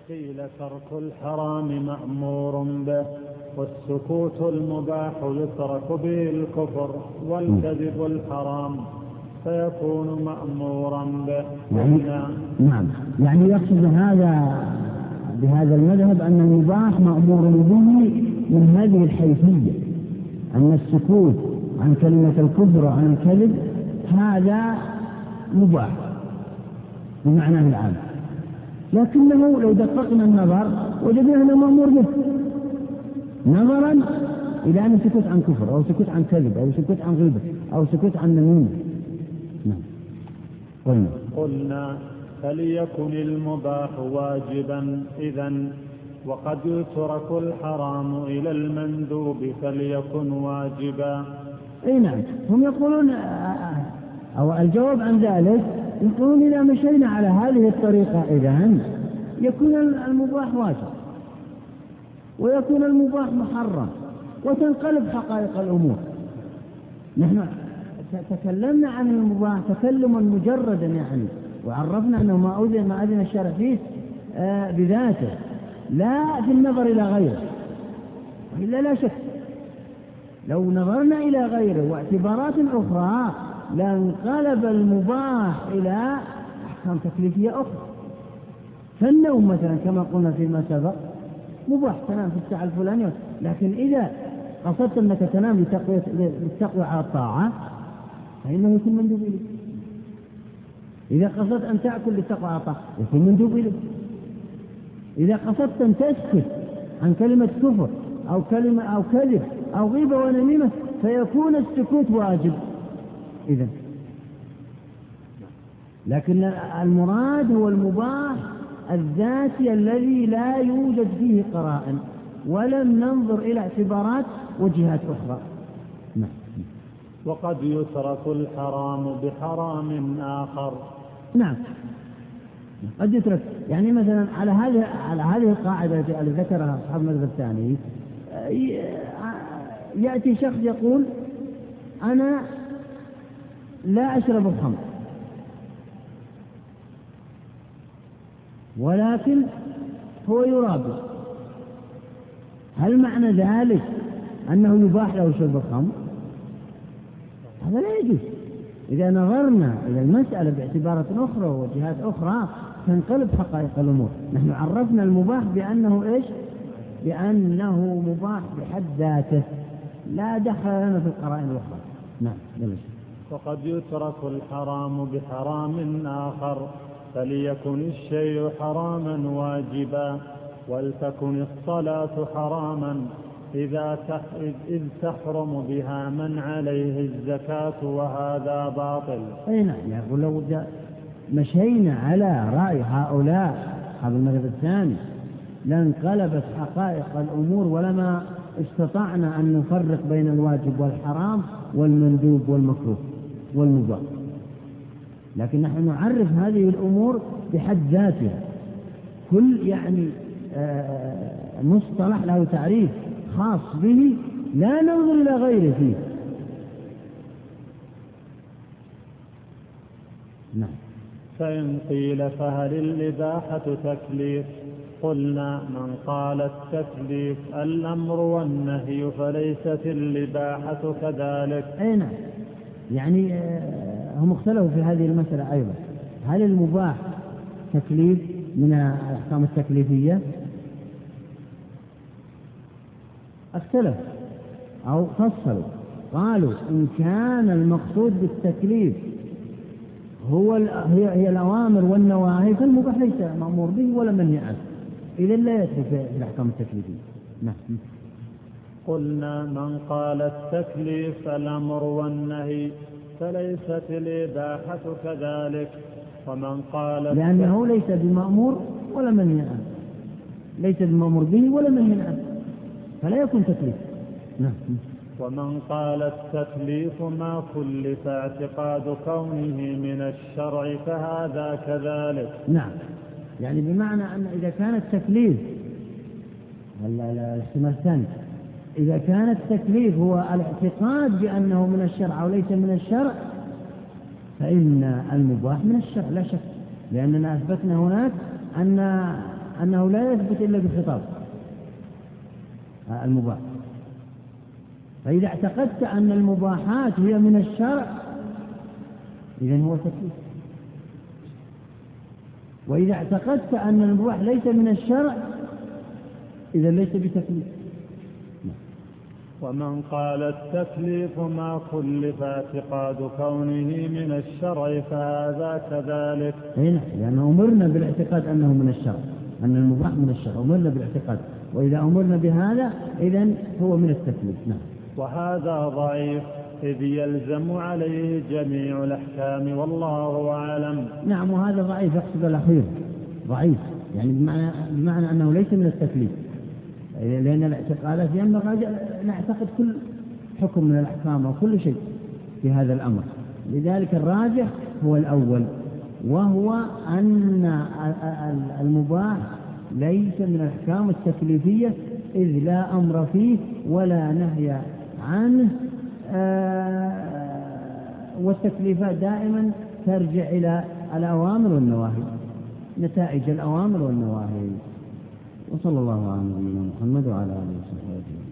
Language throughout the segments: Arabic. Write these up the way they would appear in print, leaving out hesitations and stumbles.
قيل ترك الحرام مأمور به، والسكوت المباح يترك به الكفر والكذب الحرام فيكون مأمورا به. نعم، يعني يقصد هذا بهذا المذهب أن المباح مأمور به من هذه الحيثية، أن السكوت عن كلمة الكفر وعن الكذب هذا مباح بمعناه العام، لكنه لو دققنا النظر وجدنا أنه مأمور به، نظرا إلى أن سكوت عن كفر أو سكوت عن كذب أو سكوت عن غيبة أو سكوت عن نميمة. قلنا فليكن المباح واجبا إذن، وقد يترك الحرام إلى المندوب فليكن واجبا. أي نعم، هم يقولون أو الجواب عن ذلك يقولون إذا مشينا على هذه الطريقة إذن يكون المباح واجب ويكون المباح محرم وتنقلب حقائق الأمور. نحن تكلمنا عن المباح تكلما مجردا يعني، وعرفنا أنه ما أذن الشرع فيه بذاته لا في النظر إلى غيره، وإلا لا شك لو نظرنا إلى غيره واعتبارات أخرى لانقلب المباح إلى أحكام تكليفية أخرى. فالنوم مثلا كما قلنا فيما سبق مباح تنام في الساعة الفلانية، لكن إذا قصدت أنك تنام للتقوى على الطاعة فإنه يكون مندوب إليك. إذا قصدت أن تأكل للتقوى على الطاعة يكون مندوب إليك. إذا قصدت أن تسكت عن كلمة كفر أو كلمة أو كذب أو غيبة ونميمة فيكون السكوت واجب إذن. لكن المراد هو المباح الذاتي الذي لا يوجد فيه قرائن ولم ننظر إلى اعتبارات وجهات أخرى. وقد يترك الحرام بحرام آخر. نعم، قد يترك، يعني مثلا على هذه القاعدة التي ذكرها أصحاب المذهب الثاني، يأتي شخص يقول أنا لا أشرب الخمر ولكن هو يرابي، هل معنى ذلك أنه يباح له شرب الخمر؟ هذا لا يجوز. إذا نظرنا إلى المسألة باعتبارات أخرى وجهات أخرى تنقلب حقائق الأمور. نحن عرفنا المباح بأنه إيش؟ بأنه مباح بحد ذاته لا دخل لنا في القرائن الأخرى. نعم. وقد يترك الحرام بحرام آخر، فليكن الشيء حراما واجبا، ولتكن الصلاة حراما إذ تحرم بها من عليه الزكاة وهذا باطل. أي نعم، يقول لو مشينا على رأي هؤلاء أصحاب المذهب الثاني لانقلبت حقائق الأمور ولما استطعنا أن نفرق بين الواجب والحرام والمندوب والمكروه والمباح. لكن نحن نعرف هذه الأمور بحد ذاتها، كل يعني مصطلح له تعريف خاص به لا ننظر إلى غيره فيه. نعم. فإن قيل فهل الإباحة تكليف؟ قلنا من قال التكليف الأمر والنهي فليست الإباحة كذلك. أي نعم، يعني هم اختلفوا في هذه المسألة أيضا، هل المباح تكليف من الأحكام التكليفية؟ اختلف أو فصلوا، قالوا إن كان المقصود بالتكليف هي الأوامر والنواهي فالمباح ليس مأمور به ولا منهي عنه، إذا لا يدخل في الأحكام التكليفية. نعم. قلنا من قال التكليف الأمر والنهي فليست الإباحة كذلك، ومن قال لأنه ليس بمأمور ولا منهي عنه، ليس بمأمور به ولا منهي عنه فلا يكون تكليف. نعم. ومن قال التكليف ما كلف اعتقاد كونه من الشرع فهذا كذلك. نعم، يعني بمعنى أن إذا كان التكليف الاحتمال الثاني، إذا كان التكليف هو الاعتقاد بأنه من الشرع أو ليس من الشرع فإن المباح من الشرع لا شك، لأننا أثبتنا هناك أن أنه لا يثبت إلا بالخطاب المباح. فإذا اعتقدت أن المباحات هي من الشرع إذن هو تكليف، وإذا اعتقدت أن المباح ليس من الشرع إذن ليس بتكليف. ومن قال التكليف ما كلف اعتقاد كونه من الشرع فهذا كذلك. لأنه أمرنا بالاعتقاد أنه من الشرع، أن المباح من الشرع أمرنا بالاعتقاد، وإذا أمرنا بهذا إذن هو من التكليف. نعم. وهذا ضعيف إذ يلزم عليه جميع الأحكام والله أعلم. نعم، وهذا ضعيف يقصد الأخير، ضعيف يعني بمعنى أنه ليس من التكليف، لأن الاعتقادات ينبغي نعتقد كل حكم من الأحكام وكل شيء في هذا الأمر. لذلك الراجح هو الأول، وهو أن المباح ليس من الأحكام التكليفية، إذ لا أمر فيه ولا نهي عنه، والتكليفات دائما ترجع إلى الأوامر والنواهي، نتائج الأوامر والنواهي. وصلى الله على نبينا محمد وعلى آله وصحبه أجمعين.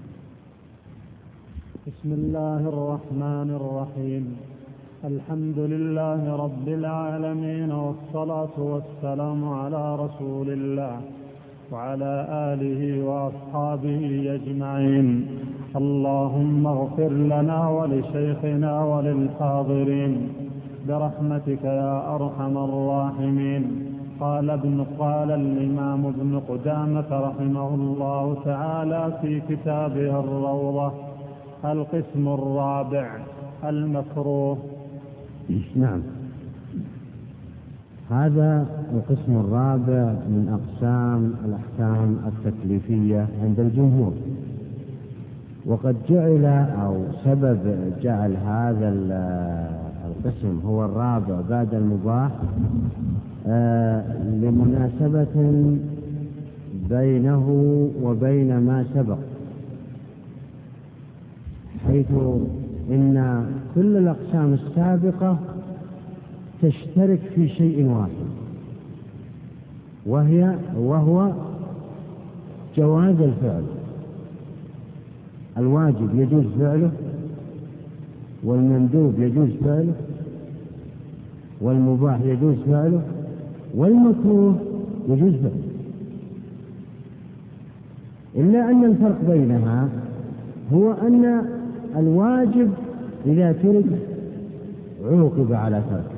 بسم الله الرحمن الرحيم. الحمد لله رب العالمين، والصلاة والسلام على رسول الله وعلى آله وأصحابه أجمعين. اللهم اغفر لنا ولشيخنا وللحاضرين برحمتك يا أرحم الراحمين. قال الإمام ابن قدامة رحمه الله تعالى في كتابه الروضة: القسم الرابع المكروه. نعم، هذا القسم الرابع من أقسام الأحكام التكليفية عند الجمهور. وقد جعل أو سبب جعل هذا القسم هو الرابع بعد المباح لمناسبة بينه وبين ما سبق، حيث إن كل الأقسام السابقة تشترك في شيء واحد، وهو جواز الفعل. الواجب يجوز فعله، والمندوب يجوز فعله، والمباح يجوز فعله، والمكروه يجوز فعله، إلا أن الفرق بينها هو أن الواجب إذا ترك عوقب على تركه،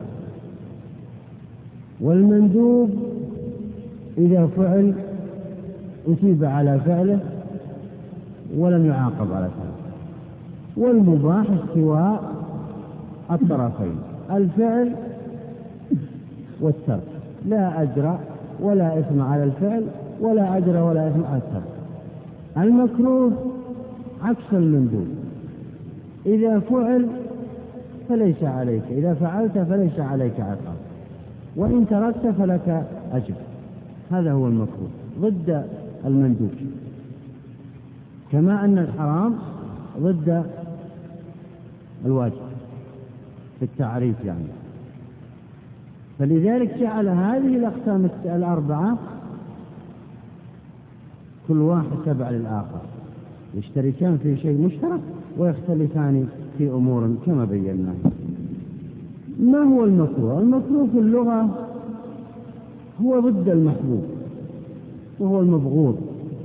والمندوب إذا فعل أثيب على فعله ولم يعاقب على تركه، والمباح استواء الطرفين، الفعل والترك، لا أجر ولا إثم على الفعل ولا أجر ولا إثم على الترك. المكروه عكس المندوب، إذا فعل فليس عليك، إذا فعلت فليس عليك عقاب، وإن تركت فلك أجر. هذا هو المكروه ضد المندوب، كما أن الحرام ضد الواجب في التعريف يعني. فلذلك جعل هذه الأقسام الأربعة كل واحد تبع للآخر، يشتركان في شيء مشترك ويختلفان في أمور كما بينا. ما هو المكروه؟ المكروه في اللغة هو ضد المحبوب، وهو المبغوض،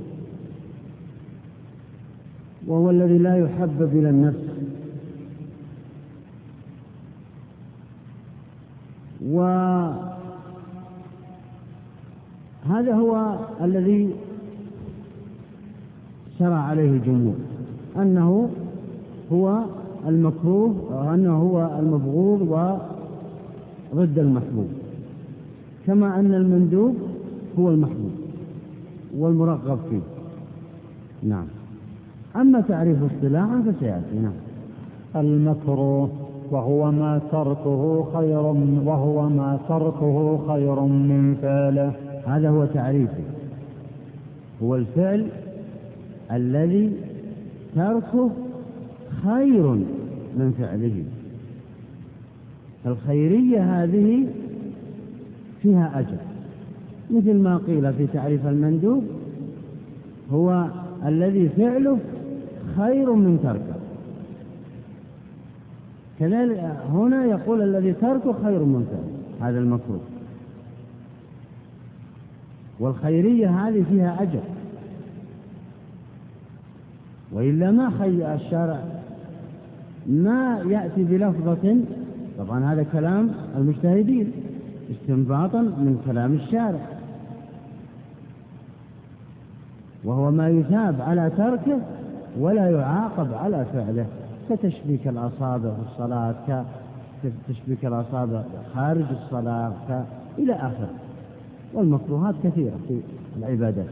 وهو الذي لا يحبب إلى النفس. وهذا هو الذي شرع عليه الجمهور، أنه هو المكروه، وأنه هو المبغوض وضد المحبوب، كما أن المندوب هو المحبوب والمرغب فيه. نعم. أما تعريف اصطلاحا فسيأتي. نعم. المكروه وهو ما تركه خير من فعله. هذا هو تعريفه، هو الفعل الذي تركه خير من فعله. الخيرية هذه فيها أجر، مثل ما قيل في تعريف المندوب هو الذي فعله خير من تركه، كذلك هنا يقول الذي تركه خير من فعله، هذا المكروه. والخيرية هذه فيها أجر، وإلا ما خير الشارع ما يأتي بلفظة، طبعا هذا كلام المجتهدين استنباطا من كلام الشارع، وهو ما يثاب على تركه ولا يعاقب على فعله، كتشبيك الأصابع في الصلاة، كتشبيك الأصابع خارج الصلاة، إلى آخر. والمكروهات كثيرة في العبادات.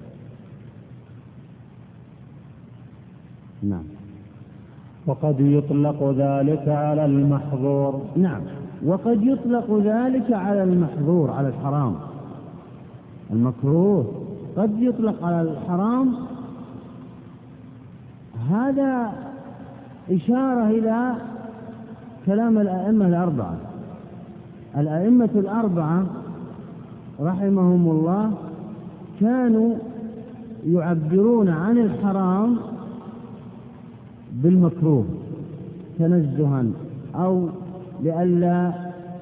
نعم. وقد يطلق ذلك على المحظور. نعم، وقد يطلق ذلك على المحظور، على الحرام. المكروه قد يطلق على الحرام، هذا إشارة إلى كلام الأئمة الأربعة. الأئمة الأربعة رحمهم الله كانوا يعبرون عن الحرام بالمكروه تنزها، أو لئلا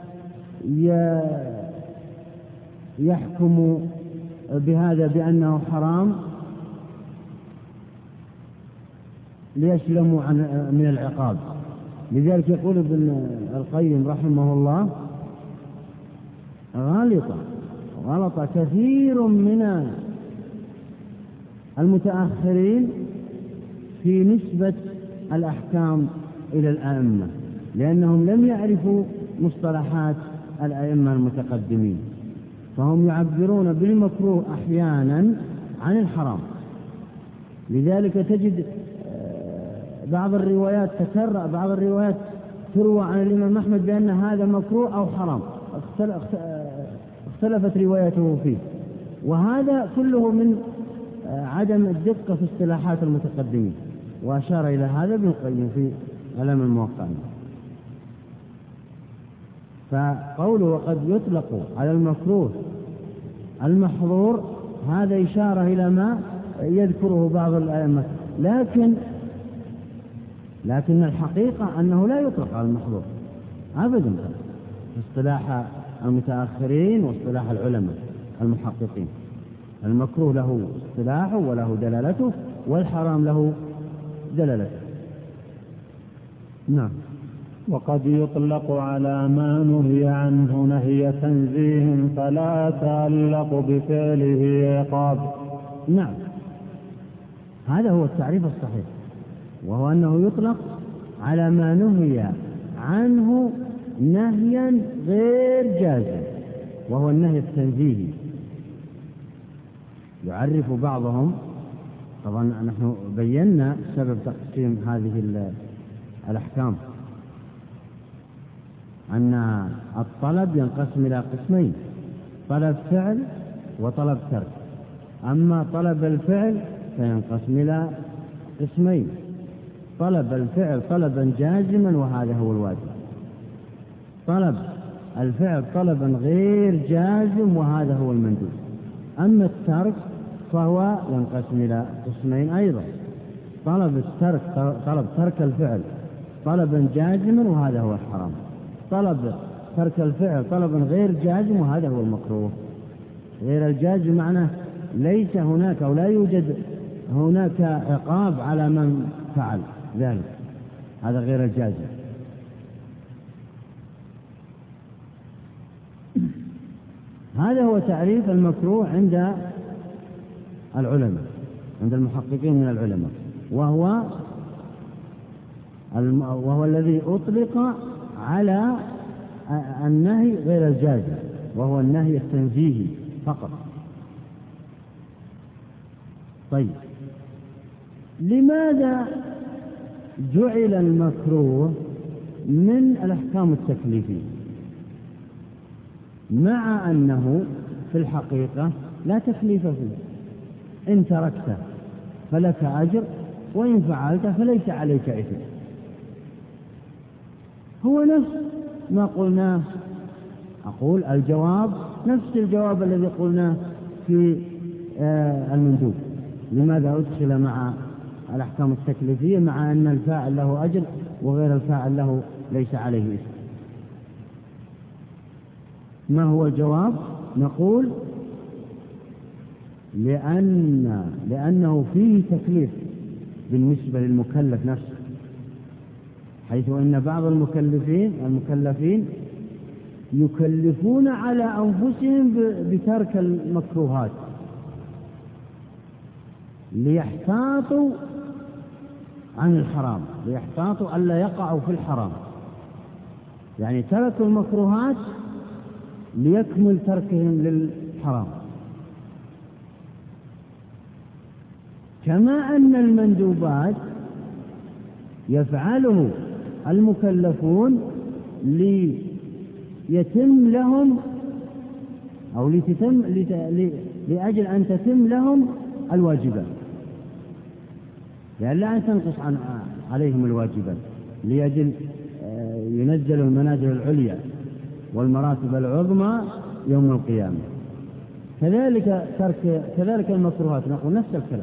يحكموا بهذا بأنه حرام ليسلموا من العقاب. لذلك يقول ابن القيم رحمه الله: غلط كثير من المتأخرين في نسبة الأحكام إلى الأئمة، لأنهم لم يعرفوا مصطلحات الأئمة المتقدمين، فهم يعبرون بالمكروه أحيانا عن الحرام. لذلك تجد بعض الروايات تروى عن الإمام أحمد بأن هذا مكروه أو حرام، اختلفت روايته فيه، وهذا كله من عدم الدقة في اصطلاحات المتقدمين، وأشار إلى هذا ابن القيم في علم الموقعين. فقوله وقد يطلق على المكروه المحظور هذا إشارة إلى ما يذكره بعض الأئمة، لكن الحقيقة أنه لا يطلق على المحظور أبدا في اصطلاح المتأخرين واصطلاح العلماء المحققين. المكروه له اصطلاحه وله دلالته، والحرام له دلالته. نعم. وقد يطلق على ما نهي عنه نهي تنزيه فلا يتعلق بفعله عقاب. نعم، هذا هو التعريف الصحيح، وهو أنه يطلق على ما نهي عنه نهيا غير جازم، وهو النهي التنزيهي. يعرف بعضهم، طبعا نحن بينا سبب تقسيم هذه الأحكام، أن الطلب ينقسم إلى قسمين: طلب فعل وطلب ترك. أما طلب الفعل فينقسم إلى قسمين: طلب الفعل طلبا جازما وهذا هو الواجب، طلب الفعل طلبا غير جازم وهذا هو المندوب. أما الترك فهو ينقسم إلى قسمين أيضا: طلب ترك الفعل طلبا جازما وهذا هو الحرام، طلب ترك الفعل طلبا غير جازم وهذا هو المكروه. غير الجازم معناه ليس هناك أو لا يوجد هناك عقاب على من فعل ذلك، هذا غير الجازم. هذا هو تعريف المكروه عند العلماء، عند المحققين من العلماء، وهو الذي أطلق على النهي غير الجازم، وهو النهي التنزيهي فقط. طيب، لماذا جعل المكروه من الأحكام التكليفية مع أنه في الحقيقة لا تكليف فيه؟ إن تركته فلك أجر، وإن فعلت فليس عليك إثم. هو نفس ما قلناه. أقول الجواب نفس الجواب الذي قلناه في المندوب. لماذا أدخل مع الأحكام التكليفية مع أن الفاعل له أجر وغير الفاعل له ليس عليه اسم؟ ما هو الجواب؟ نقول لأنه فيه تكليف بالنسبة للمكلف نفسه، حيث أن بعض المكلفين يكلفون على أنفسهم بترك المكروهات ليحتاطوا عن الحرام، ليحتاطوا ألا يقعوا في الحرام، يعني تركوا المكروهات ليكمل تركهم للحرام. كما أن المندوبات يفعله المكلفون ليتم لهم أو لأجل أن تتم لهم الواجبات، لئلا أن تنقص عليهم الواجبات، لأجل ينزلوا المنازل العليا والمراتب العظمى يوم القيامة. كذلك المكروهات نقول نفس الكلام،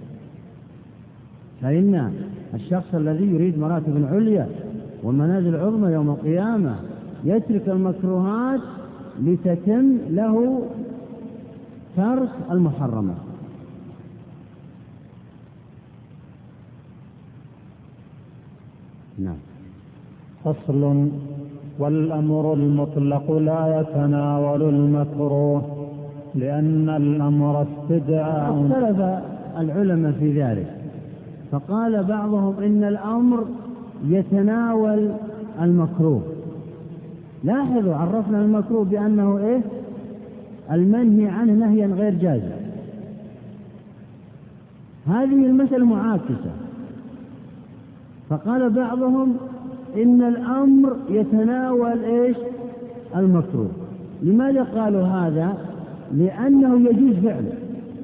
فإن الشخص الذي يريد مراتب عليا والمنازل العظمى يوم القيامة يترك المكروهات لتتم له ترك المحرمات. نعم. فصل: والأمر المطلق لا يتناول المكروه لأن الأمر استدعاء. اختلف العلماء في ذلك، فقال بعضهم إن الأمر يتناول المكروه. لاحظوا عرفنا المكروه بأنه المنهي عنه نهيا غير جازم. هذه المسألة معاكسة، فقال بعضهم إن الأمر يتناول المكروه. لماذا قالوا هذا؟ لأنه يجوز فعله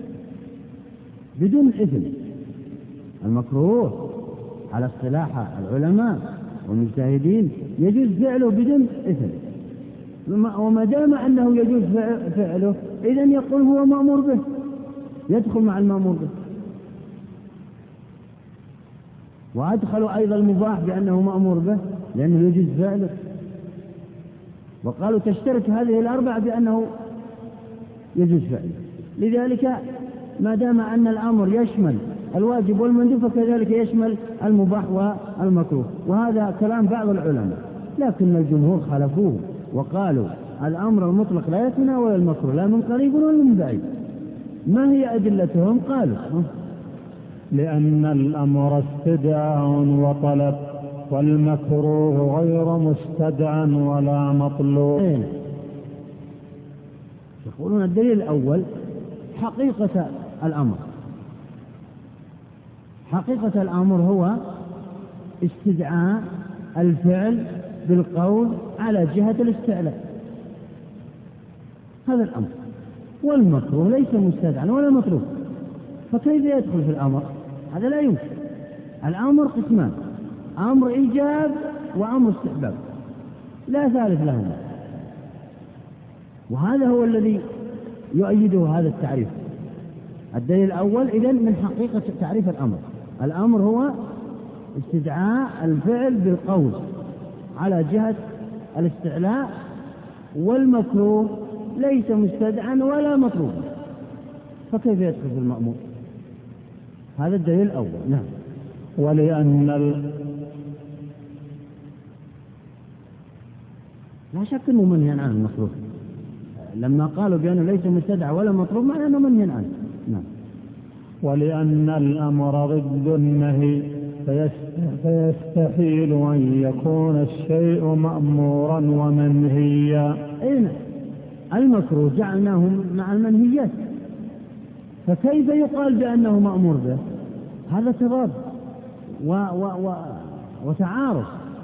بدون إثم. المكروه على اصطلاح العلماء والمجتهدين يجوز فعله بدون إثم، وما دام أنه يجوز فعله إذن يقول هو مأمور به، يدخل مع المأمور به. وأدخلوا أيضا المباح بأنه مأمور به لأنه يجوز فعله، وقالوا تشترك هذه الأربعة بأنه يجوز فعله. لذلك ما دام أن الأمر يشمل الواجب والمندوب فكذلك يشمل المباح والمكروه. وهذا كلام بعض العلماء، لكن الجمهور خالفوه وقالوا الأمر المطلق لا يتناول المكروه لا من قريب ولا من بعيد. ما هي أدلتهم؟ قالوا لأن الأمر استدعاء وطلب والمكروه غير مستدعى ولا مطلوب. يقولون الدليل الأول حقيقة الأمر. حقيقة الأمر هو استدعاء الفعل بالقول على جهة الاستعلاء، هذا الأمر. والمكروه ليس مستدعى ولا مطلوب، فكيف يدخل في الأمر؟ هذا لا يمكن. الأمر قسمان: أمر إيجاب وأمر استحباب، لا ثالث لهما. وهذا هو الذي يؤيده هذا التعريف. الدليل الأول إذن من حقيقة تعريف الأمر. الأمر هو استدعاء الفعل بالقول على جهة الاستعلاء، والمكروه ليس مستدعى ولا مطلوب، فكيف يدخل في المأمور؟ هذا الدليل الأول. نعم. ولأن لا شك أنه منهي عن المكروه، لما قالوا بأنه ليس مستدعى ولا مطلوب معنى أنه منهي عنه. نعم. ولأن الأمر ضد النهي فيستحيل أن يكون الشيء مأمورا ومنهيا. أين المكروه جعلناه مع المنهيات، فكيف يقال بأنه مأمور به؟ هذا تضاد وتعارض،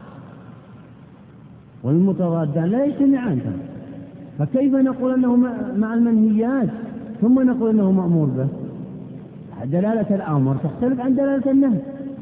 والمتضادان لا يجتمعان. فكيف نقول أنه مع المنهيات ثم نقول أنه مأمور به؟ دلالة الأمر تختلف عن دلالة النهي،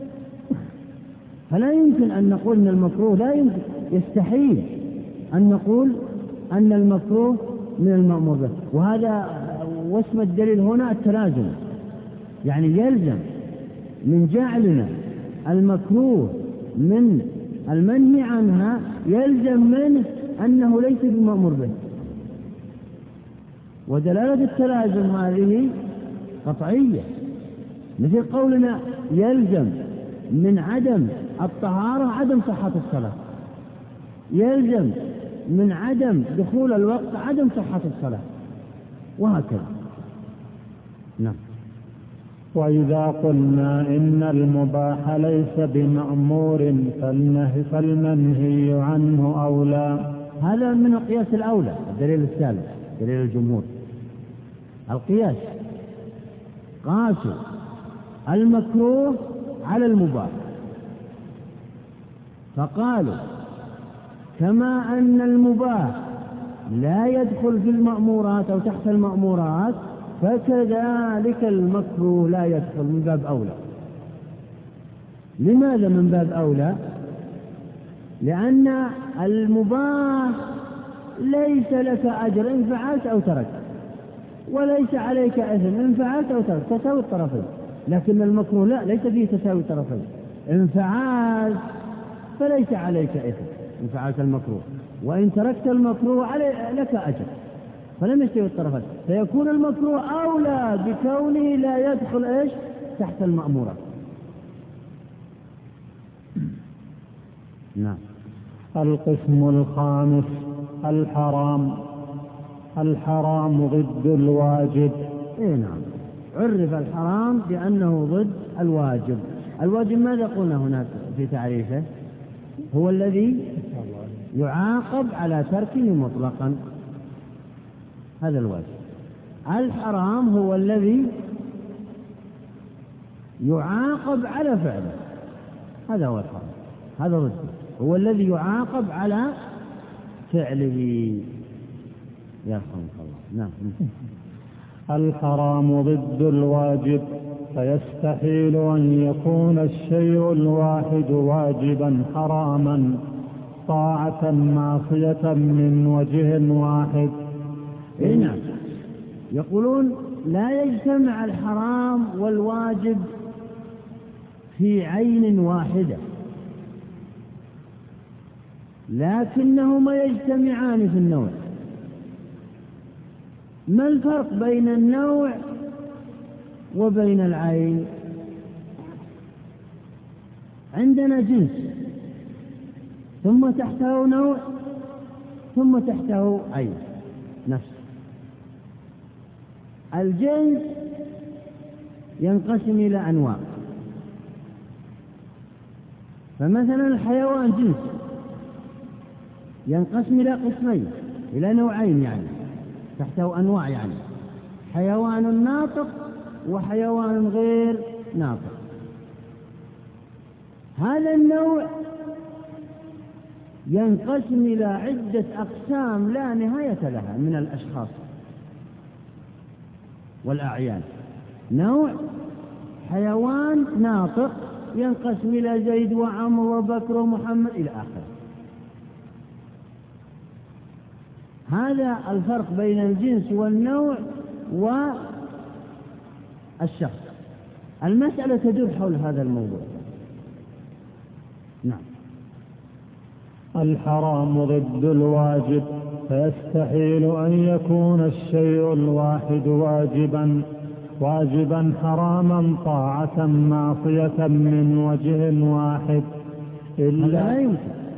فلا يمكن أن نقول أن المكروه لا يمكن، يستحيل أن نقول أن المكروه من المأمور به. وهذا واسم الدليل هنا التلازم، يعني يلزم من جعلنا المكروه من المنهي عنها يلزم منه أنه ليس بالمأمور به. ودلالة التلازم هذه قطعية، مثل قولنا يلزم من عدم الطهارة عدم صحة الصلاة، يلزم من عدم دخول الوقت عدم صحة الصلاة، وهكذا. نعم. وإذا قلنا إن المباح ليس بمأمور فالمنهي عنه أولى. هذا من القياس الأولى، الدليل الثالث دليل الجمهور. القياس قاسوا المكروه على المباح، فقالوا كما أن المباح لا يدخل في المأمورات أو تحت المأمورات فكذلك المكروه لا يدخل من باب أولى. لماذا من باب أولى؟ لأن المباح ليس لك أجر إن فعلت أو تركت، وليس عليك إثم إن فعلت أو تركت، تساوي الطرفين. لكن المكروه لا، ليس فيه تساوي الطرفين، إن فعلت فليس عليك إثم إن فعلت المكروه، وإن تركت المكروه لك أجر، فلم يستوي الطرفين، فيكون المكروه أولى بكونه لا يدخل إيش تحت المأمورات. نعم. القسم الخامس الحرام. الحرام ضد الواجب. نعم، عرف الحرام بأنه ضد الواجب. الواجب ماذا قلنا هناك في تعريفه؟ هو الذي يعاقب على تركه مطلقا، هذا الواجب. الحرام هو الذي يعاقب على فعله، هذا هو الحرام، هذا ضده، هو الذي يعاقب على فعله. يرحمك الله. نعم. الحرام ضد الواجب، فيستحيل أن يكون الشيء الواحد واجبا حراما طاعة معصية من وجه واحد. نعم، يقولون لا يجتمع الحرام والواجب في عين واحدة، لكنهما يجتمعان في النوع. ما الفرق بين النوع وبين العين؟ عندنا جنس ثم تحته نوع ثم تحته عين نفس. الجنس ينقسم إلى أنواع، فمثلا الحيوان جنس ينقسم إلى قسمين، إلى نوعين، يعني تحته أنواع، يعني حيوان ناطق وحيوان غير ناطق. هذا النوع ينقسم إلى عدة أقسام لا نهاية لها من الأشخاص والأعيان. نوع حيوان ناطق ينقسم إلى زيد وعمر وبكر ومحمد إلى آخره. هذا الفرق بين الجنس والنوع والشخص. المسألة تدور حول هذا الموضوع. نعم. الحرام ضد الواجب، فيستحيل أن يكون الشيء الواحد واجبا حراما طاعة معصية من وجه واحد إلا لا يمكن،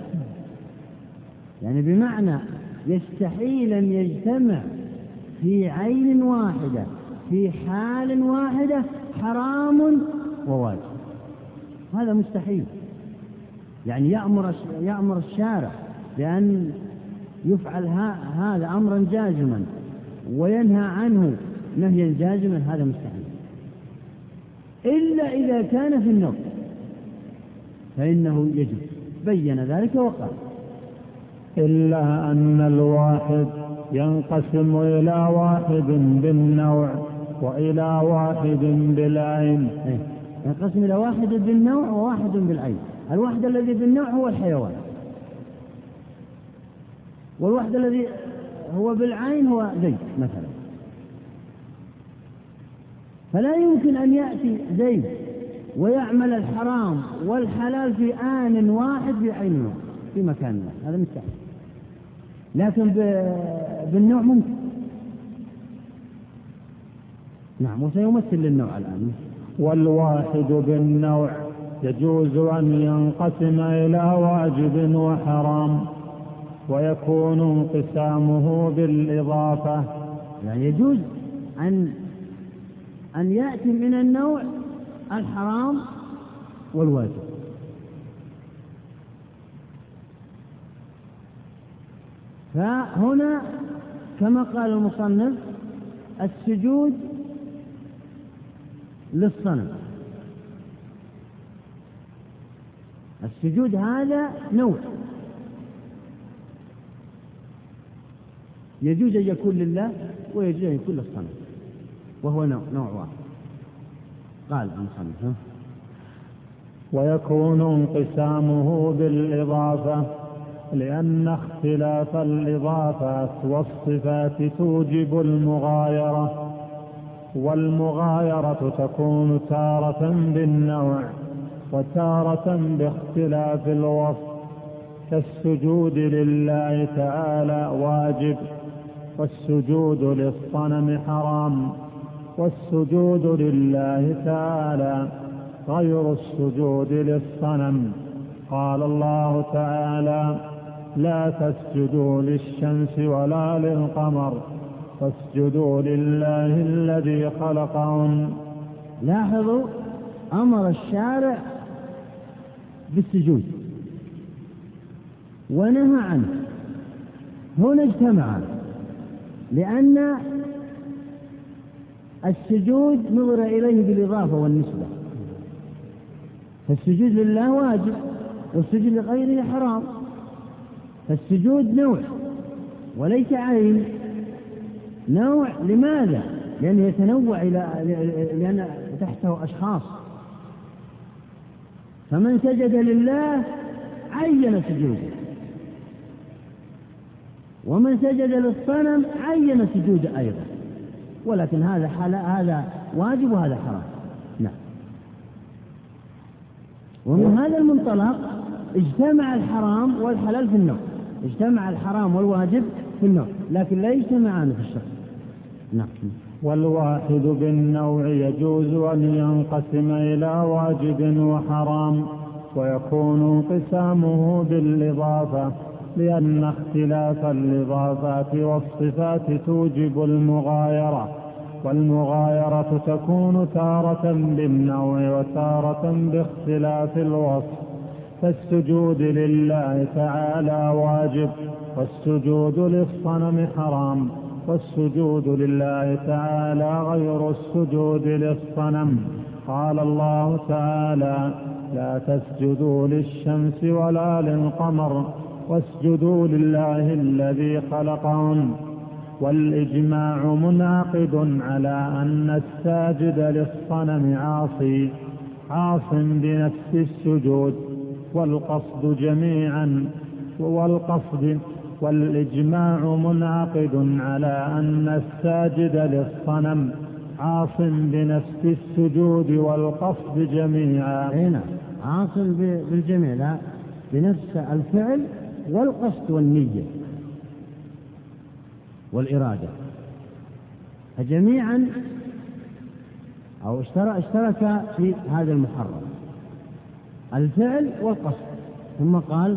يعني بمعنى يستحيل أن يجتمع في عين واحدة في حال واحدة حرام وواجب، هذا مستحيل. يعني يأمر الشارع بأن يفعل هذا أمرا جازما وينهى عنه نهيا جازما، هذا مستحيل. إلا إذا كان في النوع فإنه يجب، بين ذلك وقال إلا أن الواحد ينقسم إلى واحد بالنوع وإلى واحد بالعين. ينقسم إلى واحد بالنوع وواحد بالعين. الواحد الذي بالنوع هو الحيوان، والواحد الذي هو بالعين هو زيد مثلا، فلا يمكن أن يأتي زيد ويعمل الحرام والحلال في آن واحد في عين واحد في مكان واحد، هذا مستحيل. لكن بالنوع ممكن. نعم، وسيمثل للنوع الآن. والواحد بالنوع يجوز أن ينقسم إلى واجب وحرام، ويكون انقسامه بالإضافة. يعني يجوز أن يأتي من النوع الحرام والواجب. فهنا كما قال المصنف السجود للصنم، السجود هذا نوع، يجوز أن يكون لله ويجوز أن يكون للصنم، وهو نوع واحد. قال المصنف ويكون انقسامه بالإضافة، لأن اختلاف الإضافات والصفات توجب المغايرة، والمغايرة تكون تارة بالنوع وتارة باختلاف الوصف، كالسجود لله تعالى واجب، والسجود للصنم حرام، والسجود لله تعالى غير السجود للصنم. قال الله تعالى: لا تسجدوا للشمس ولا للقمر فاسجدوا لله الذي خلقهن. لاحظوا أمر الشارع بالسجود ونهى عنه، هنا اجتمعا، لأن السجود نظر إليه بالإضافة والنسبة، فالسجود لله واجب والسجود لغيره حرام، فالسجود نوع وليس عين. نوع لماذا؟ لأنه يتنوع لأن تحته أشخاص، فمن سجد لله عين سجوده، ومن سجد للصنم عين سجود أيضا، ولكن هذا واجب وهذا حرام. نعم. ومن هذا المنطلق اجتمع الحرام والحلال في النوع، اجتمع الحرام والواجب في النوع، لكن لا يجتمعان في الشرع. نعم. والواحد بالنوع يجوز أن ينقسم إلى واجب وحرام، ويكون انقسامه بالإضافة، لأن اختلاف الإضافات والصفات توجب المغايرة، والمغايرة تكون تارة بالنوع وتارة باختلاف الوصف، فالسجود لله تعالى واجب، والسجود للصنم حرام، والسجود لله تعالى غير السجود للصنم. قال الله تعالى: لا تسجدوا للشمس ولا للقمر واسجدوا لله الذي خلقهن. والإجماع منعقد على أن الساجد للصنم عاص بنفس السجود والقصد جميعا، والإجماع منعقد على أن الساجد للصنم عاص بنفس السجود والقصد جميعا. هنا عاص بالجميع، لا بنفس الفعل والقصد والنية والإرادة، فجميعا أو اشترك في هذا المحرم، الفعل والقصد. ثم قال: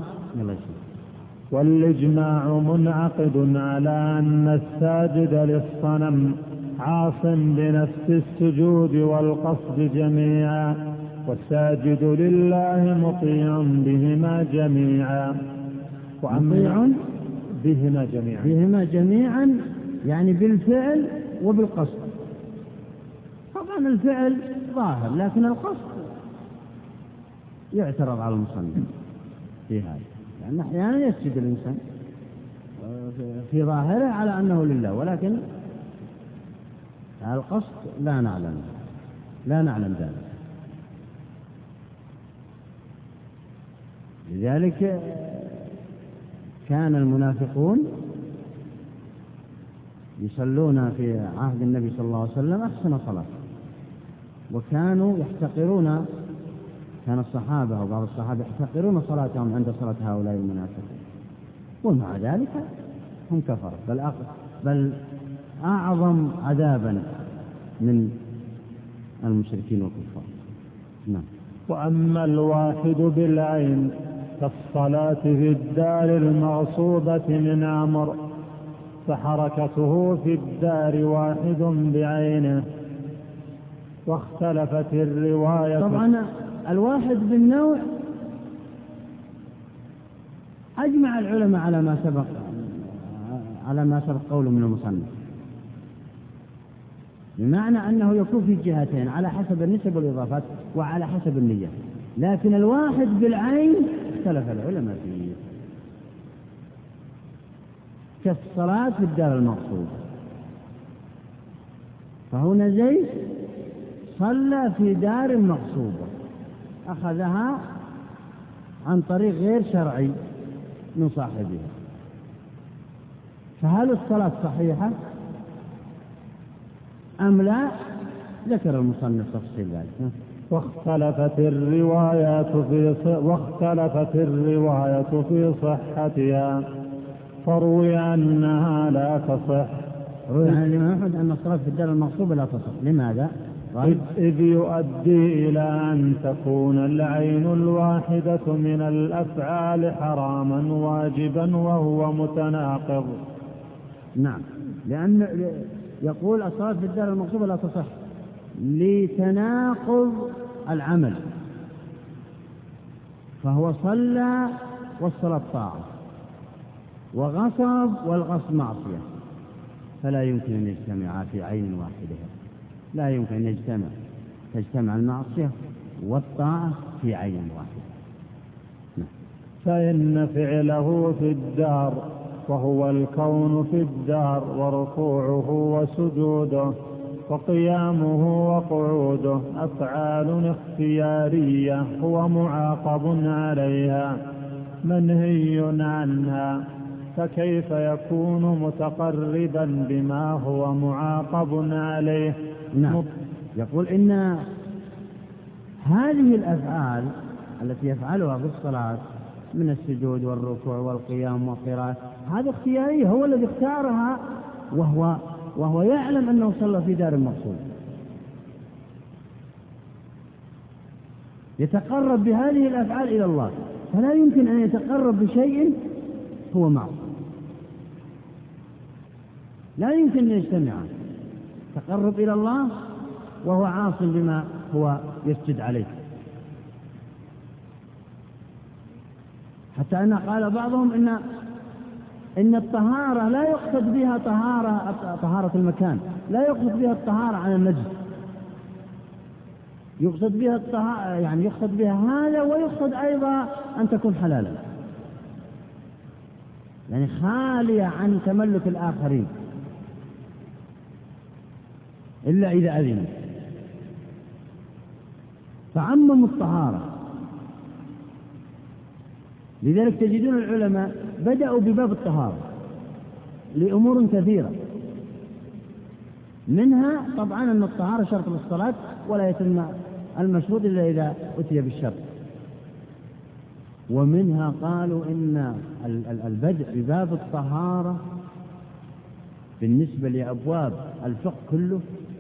والإجماع منعقد على أن الساجد للصنم عاص بنفس السجود والقصد جميعا، والساجد لله مطيع بهما جميعا. مطيع بهما جميعا يعني بالفعل وبالقصد. طبعا الفعل ظاهر، لكن القصد يعترض على المصنف في هذا، لأن أحيانا يسجد الإنسان في ظاهره على أنه لله، ولكن القصد لا نعلم ذلك. لذلك كان المنافقون يصلون في عهد النبي صلى الله عليه وسلم أحسن صلاة، وكانوا يحتقرون، كان الصحابة وبعض الصحابة يحتقرون صلاتهم عند صلاة هؤلاء المنافقين، ومع ذلك هم كفروا، بل أعظم عذابا من المشركين والكفار. نعم. وأما الواحد بالعين كالصلاة في الدار المغصوبة من عمر فحركته في الدار واحد بعينه، واختلفت الرواية. طبعا الواحد بالنوع أجمع العلماء على ما سبق قوله من المصنف، بمعنى أنه يكون في الجهتين على حسب النسب والإضافات وعلى حسب النية، لكن الواحد بالعين اختلف العلماء فيه، كالصلاة في الدار المقصودة. فهنا زيد صلى في دار مقصودة أخذها عن طريق غير شرعي من صاحبها، فهل الصلاة صحيحة أم لا؟ ذكر المصنف تفصيل ذلك. واختلفت الرواية في صحتها، فروي أنها لا تصح. روي عن الإمام أحمد أن الصلاة في الدار المغصوبة لا تصح. لماذا؟ إذ يؤدي إلى أن تكون العين الواحدة من الأفعال حراما واجبا وهو متناقض. نعم، لأن يقول الصلاة في الدار المغصوبة لا تصح لتناقض العمل، فهو صلى والصلاة طاعة، وغصب والغصب معصية، فلا يمكن أن يجتمعا في عين واحدة، لا يمكن أن تجتمع المعصية والطاعة في عين واحدة. فإن فعله في الدار وهو الكون في الدار، وركوعه وسجوده وقيامه وقعوده أفعال اختيارية هو معاقب عليها منهي عنها، فكيف يكون متقربا بما هو معاقب عليه؟ نعم. يقول إن هذه الأفعال التي يفعلها في الصلاة من السجود والركوع والقيام والقراءة هذا اختياري، هو الذي اختارها، وهو يعلم أنه صلى في دار المقصود، يتقرب بهذه الأفعال إلى الله، فلا يمكن أن يتقرب بشيء هو معه، لا يمكن أن يجتمع تقرب إلى الله وهو عاصم بما هو يسجد عليه. حتى أن قال بعضهم إن الطهارة لا يقصد بها طهارة المكان، لا يقصد بها الطهارة عن النجس، يقصد بها الطهارة، يعني يقصد بها هذا، ويقصد أيضا أن تكون حلالا، يعني خالية عن تملك الآخرين إلا إذا أذنوا، فعمموا الطهارة. لذلك تجدون العلماء بدأوا بباب الطهارة لأمور كثيرة، منها طبعا أن الطهارة شرط للصلاة ولا يتم المشروط إلا إذا أتي بالشرط، ومنها قالوا إن البدء بباب الطهارة بالنسبة لأبواب الفقه كله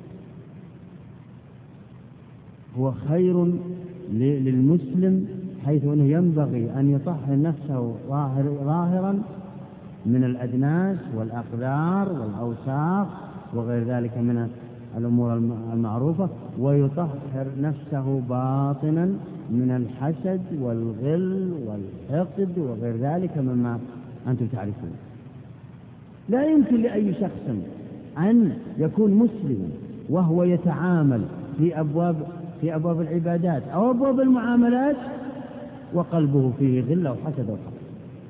هو خير للمسلم، حيث أنه ينبغي أن يطهر نفسه ظاهرا من الأدناس والأقذار والأوساخ وغير ذلك من الأمور المعروفة، ويطهر نفسه باطنا من الحسد والغل والحقد وغير ذلك مما أنتم تعرفون. لا يمكن لأي شخص أن يكون مسلم وهو يتعامل في أبواب العبادات أو أبواب المعاملات وقلبه فيه غل أو حسد أو حقد.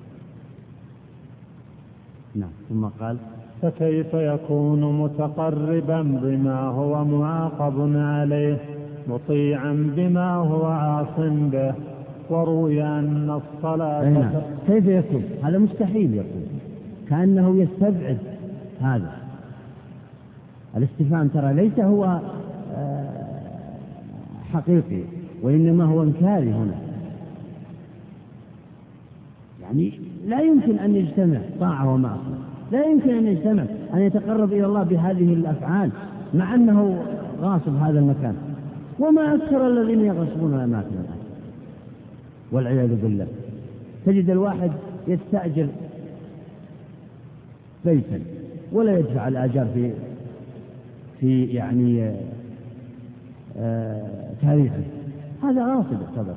نعم. ثم قال: فكيف يكون متقربا بما هو معاقب عليه مطيعا بما هو عاص به؟ وروي أن الصلاة كيف يكون؟ هذا مستحيل يكون، كأنه يستبعد هذا، الاستفهام ترى ليس هو حقيقي، وإنما هو انكاري هنا. يعني لا يمكن أن يجتمع طاعة ومعصية، لا يمكن أن يجتمع أن يتقرب إلى الله بهذه الأفعال مع أنه غاصب هذا المكان. وما أكثر الذين يغصبون الأماكن الآن والعياذ بالله. تجد الواحد يستأجر بيتا ولا يدفع الآجار في يعني تاريخه، هذا غاصب يعتبر،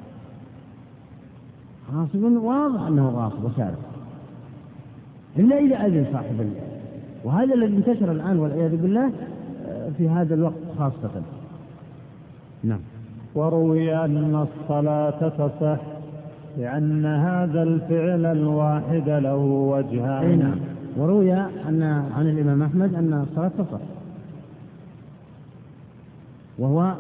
غاصب واضح أنه غاصب وسارق، إلا إذا أذن صاحب وهذا الذي انتشر الآن والعياذ بالله في هذا الوقت خاصة. نعم. وروي أن الصلاة تصح لأن هذا الفعل الواحد له وجهان. نعم. وروي عن الإمام أحمد أن الصلاة تصح، وهو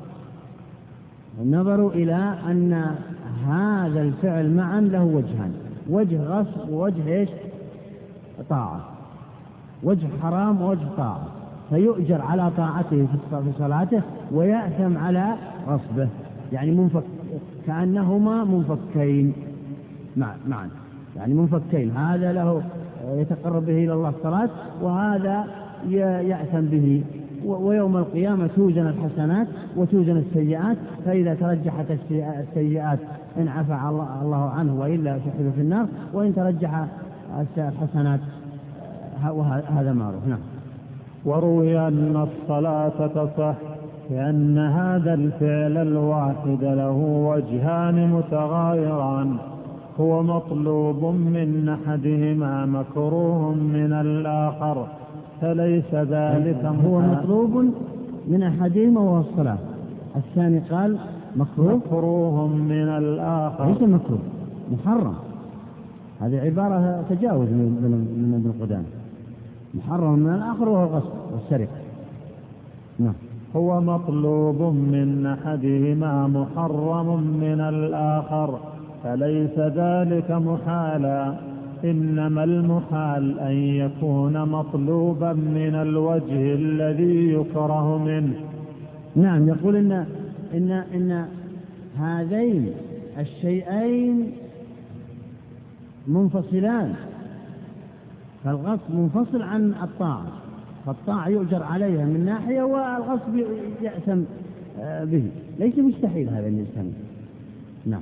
النظر إلى أن هذا الفعل معا له وجهان، وجه غصب ووجه إيش؟ طاعة، وجه حرام ووجه طاعة، فيؤجر على طاعته في صلاته ويأثم على غصبه، يعني كأنهما منفكين معا، يعني منفكين، هذا له يتقرب به إلى الله الصلاة وهذا يأثم به. ويوم القيامة توزن الحسنات وتوزن السيئات، فإذا ترجحت السيئات إن عفى الله عنه وإلا سحب في النار، وإن ترجح الحسنات هذا معروف. نعم. وروي أن الصلاة تصح لأن هذا الفعل الواحد له وجهان متغايران، هو مطلوب من أحدهما مكروه من الآخر، فليس ذلك هو مطلوب من أحدهما وهو الصلاة، الثاني قال مكروه من الآخر، ليس مكروه، محرم. هذه عبارة تجاوز من ابن قدامة، محرم من الآخر وهو الغصب والسرقة. نعم. هو مطلوب من أحدهما محرم من الآخر، فليس ذلك محالا، إنما المحال أن يكون مطلوبا من الوجه الذي يكره منه. نعم. يقول إن هذين الشيئين منفصلان، فالغصب منفصل عن الطاعة، فالطاعة يؤجر عليها من ناحية والغصب يأثم به، ليس مستحيل هذا أن يجتمع. نعم.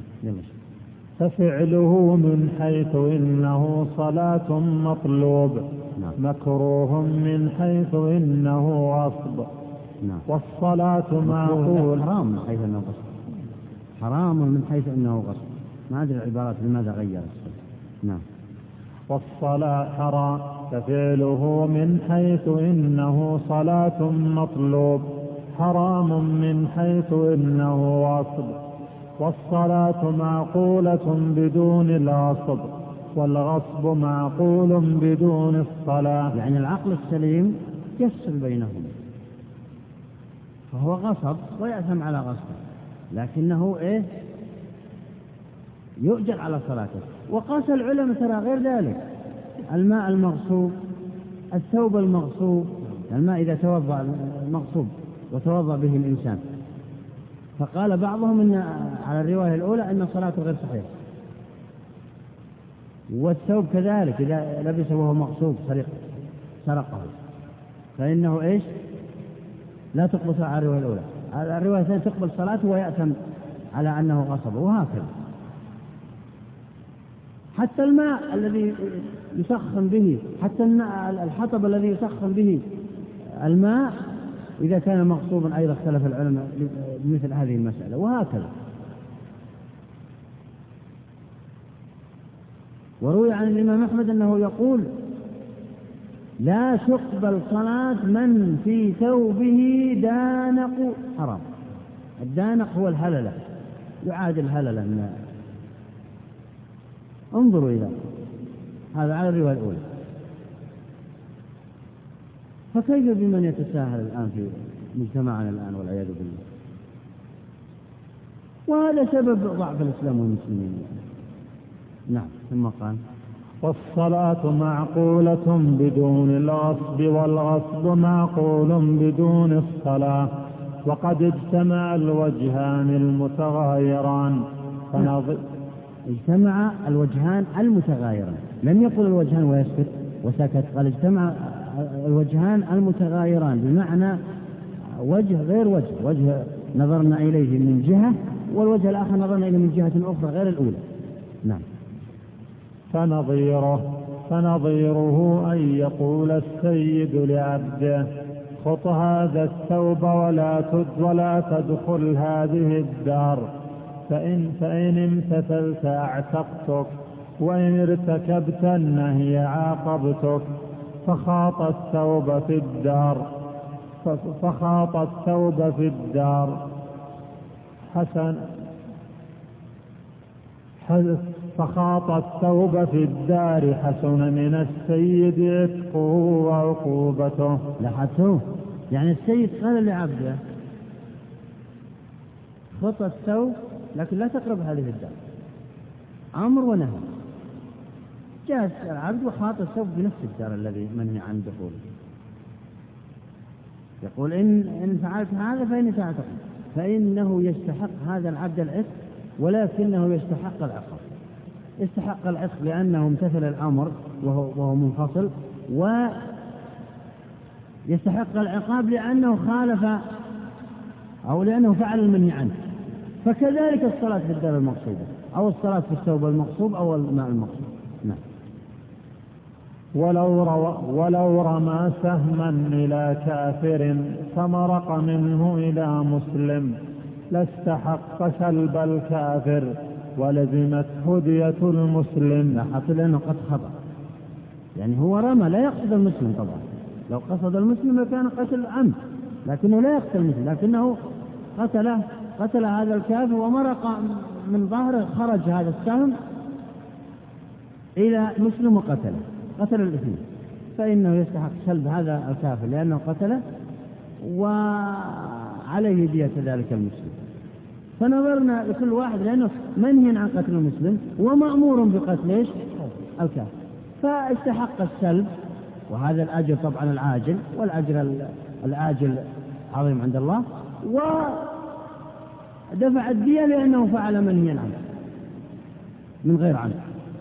ففعله من حيث إنه صلاة مطلوب، مكروه من حيث إنه غصب. والصلاة معقول. حرام من حيث إنه غصب، حرام من حيث إنه غصب، ما أدري العبارات لماذا غيرت. نعم. والصلاة حرام، ففعله من حيث إنه صلاة مطلوب حرام من حيث إنه غصب. والصلاة معقولة بدون الغصب، والغصب معقول بدون الصلاة. يعني العقل السليم يفصل بينهم، فهو غصب ويأثم على غصبه، لكنه يؤجر على صلاته. وقاس العلماء ترى غير ذلك، الماء المغصوب، الثوب المغصوب، الماء إذا توضأ المغصوب وتوضأ به الإنسان، فقال بعضهم إن على الرواية الأولى أن صلاته غير صحيحة. والثوب كذلك إذا لبسه وهو مغصوب سرقه، فإنه لا تقبل على الرواية الأولى، على الرواية الثانية تقبل صلاته ويأثم على أنه غصب، وهكذا. حتى الماء الذي يسخن به، حتى الحطب الذي يسخن به الماء إذا كان مغصوبا أيضا اختلف العلماء بمثل هذه المسألة، وهكذا. وروي عن الإمام أحمد أنه يقول: لا تقبل صلاة من في ثوبه دانق حرام. الدانق هو الهللة، يعادل هللة انظروا إلى هذا على الرواية الأولى. فكيف بمن يتساهل الآن في مجتمعنا الآن والعياذ بالله؟ وهذا سبب ضعف الإسلام والمسلمين. نعم. ثم قال: والصلاة معقولة بدون الغصب، والغصب معقول بدون الصلاة، وقد اجتمع الوجهان المتغايران. اجتمع الوجهان المتغايران، لم يقل الوجهان ويسكت وسكت، قال اجتمع الوجهان المتغايران، بمعنى وجه غير وجه نظرنا إليه من جهة، والوجه الآخر نظرنا إليه من جهة أخرى غير الأولى. نعم. فنظيره أن يقول السيد لعبده: خط هذا الثوب ولا تدخل هذه الدار، فإن امتثلت أعتقتك، وإن ارتكبت النهي عاقبتك. فخاط الثوب في الدار حسن من السيد عتقه وعقوبته. لاحظتوا؟ يعني السيد قال لعبده: خط الثوب لكن لا تقرب هذه الدار، أمر ونهي. جاء العبد وخاط الثوب بنفس الدار الذي منهي عن دخوله، يقول: إن فعلت هذا فإني سأعتقد، فإنه يستحق هذا العبد العتق، ولكنه يستحق العقاب. يستحق العتق لأنه امتثل الأمر وهو منفصل، ويستحق العقاب لأنه خالف أو لأنه فعل المنهي عنه. فكذلك الصلاة في الدار المقصودة، أو الصلاة في الثوب المقصوب، أو الماء المقصود. نعم. ولو رمى سهما إلى كافر فمرق منه إلى مسلم لاستحق سلب الكافر ولزمت هدية المسلم. لاحظت لأنه قد خطأ، يعني هو رمى لا يقصد المسلم. طبعا لو قصد المسلم لكان قتل عمد، لكنه لا يقتل المسلم، لكنه قتل هذا الكافر ومرق من ظهره، خرج هذا السهم إلى مسلم وقتل الاثنين، فإنه يستحق سلب هذا الكافر لأنه قتله، وعليه دية ذلك المسلم. فنظرنا لكل واحد لأنه منهي عن قتل المسلم ومأمور بقتل الكافر، فاستحق السلب، وهذا الأجر طبعا العاجل، والأجر الآجل عظيم عند الله، ودفع الدية لأنه فعل منهيا عنه من غير عمد.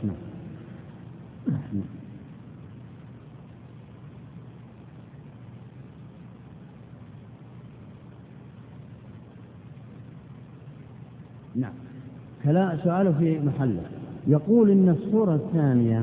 نعم. سؤاله في محله، يقول إن الصورة الثانية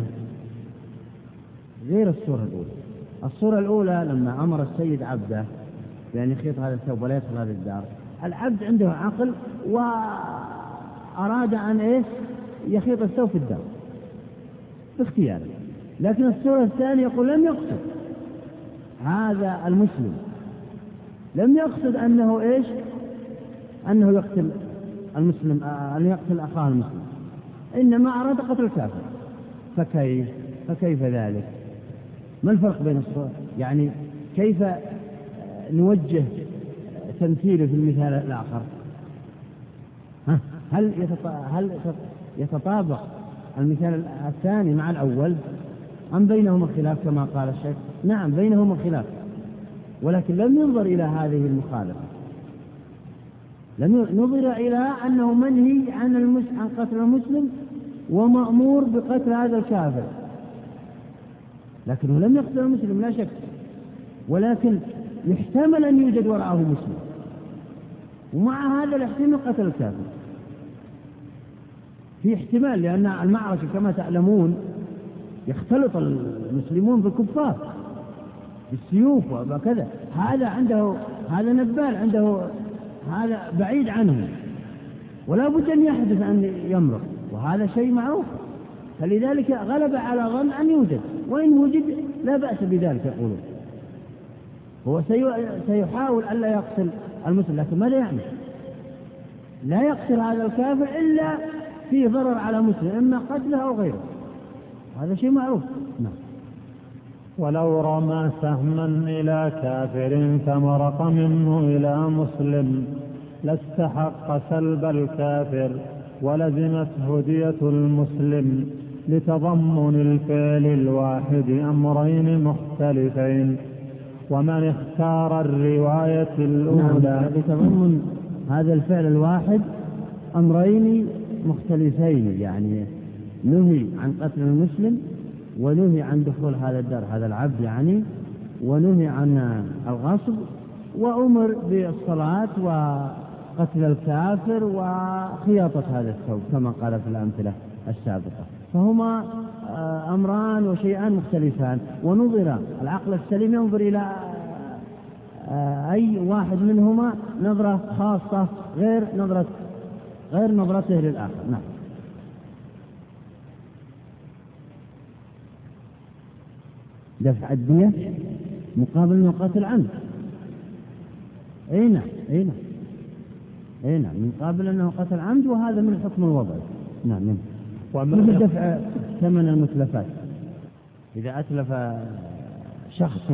غير الصورة الأولى. الصورة الأولى لما أمر السيد عبده بأن يخيط هذا الثوب ولا يدخل هذه الدار، العبد عنده عقل وأراد أن يخيط الثوب في الدار باختياره. لكن الصورة الثانية يقول لم يقصد هذا المسلم، لم يقصد أنه أنه يقتل المسلم، أن يقتل أخاه المسلم، إنما أراد قتل الكافر. فكيف ذلك؟ ما الفرق بين الصورة؟ يعني كيف نوجه تمثيله في المثال الآخر؟ هل يتطابق المثال الثاني مع الأول أم بينهما خلاف كما قال الشيخ؟ نعم بينهما خلاف، ولكن لم ينظر إلى هذه المخالفة، لم نظر إلى أنه منهي عن قتل المسلم ومأمور بقتل هذا الكافر، لكنه لم يقتل المسلم لا شك، ولكن يحتمل أن يوجد وراءه مسلم، ومع هذا الاحتمال قتل الكافر. في احتمال، لأن المعركة كما تعلمون يختلط المسلمون بالكفار بالسيوف وكذا، هذا نبال عنده، هذا بعيد عنه، ولا بد أن يحدث أن يمرق، وهذا شيء معروف، فلذلك غلب على ظن أن يوجد، وإن وجد لا بأس بذلك يقولون. هو سيحاول ألا يقتل المسلم، لكن ماذا يعمل؟ لا يقتل هذا الكافر إلا فيه ضرر على مسلم، إما قتله أو غيره، هذا شيء معروف. نعم. ولو رمى سهما إلى كافر فمرق منه إلى مسلم لاستحق سلب الكافر ولزمت هدية المسلم، لتضمن الفعل الواحد أمرين مختلفين. ومن اختار الرواية الأولى لتضمن هذا الفعل الواحد أمرين مختلفين، يعني نهي عن قتل المسلم ونهي عن دخول هذا الدار، هذا العبد يعني، ونهي عن الغصب، وأمر بالصلاة وقتل الكافر وخياطة هذا الثوب كما قال في الأمثلة السابقة. فهما أمران وشيئان مختلفان، ونظر العقل السليم ينظر إلى أي واحد منهما نظرة خاصة غير نظرته للآخر. نعم. دفع الدية مقابل قتل العمد. اي نعم مقابل انه قتل عمد، وهذا من الحكم الوضعي. نعم. مثل دفع ثمن المتلفات، اذا اتلف شخص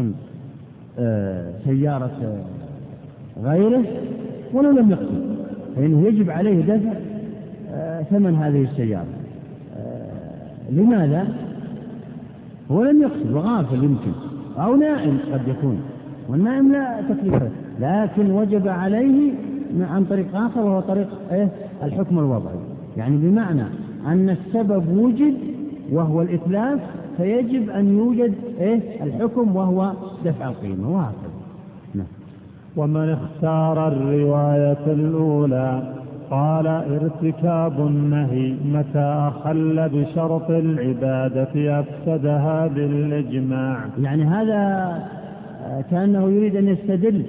سيارة غيره ولو لم يقتل فإنه يجب عليه دفع ثمن هذه السيارة. لماذا؟ هو لم يقتل وغافل يمكن، أو نائم قد يكون، والنائم لا تكليف له، لكن وجب عليه عن طريق آخر وهو طريق الحكم الوضعي، يعني بمعنى أن السبب وجد وهو الإتلاف، فيجب أن يوجد الحكم وهو دفع القيمة، وهكذا. نعم. ومن اختار الرواية الأولى قال ارتكاب النهي متى أخل بشرط العبادة أفسدها بالإجماع. يعني هذا كأنه يريد أن يستدل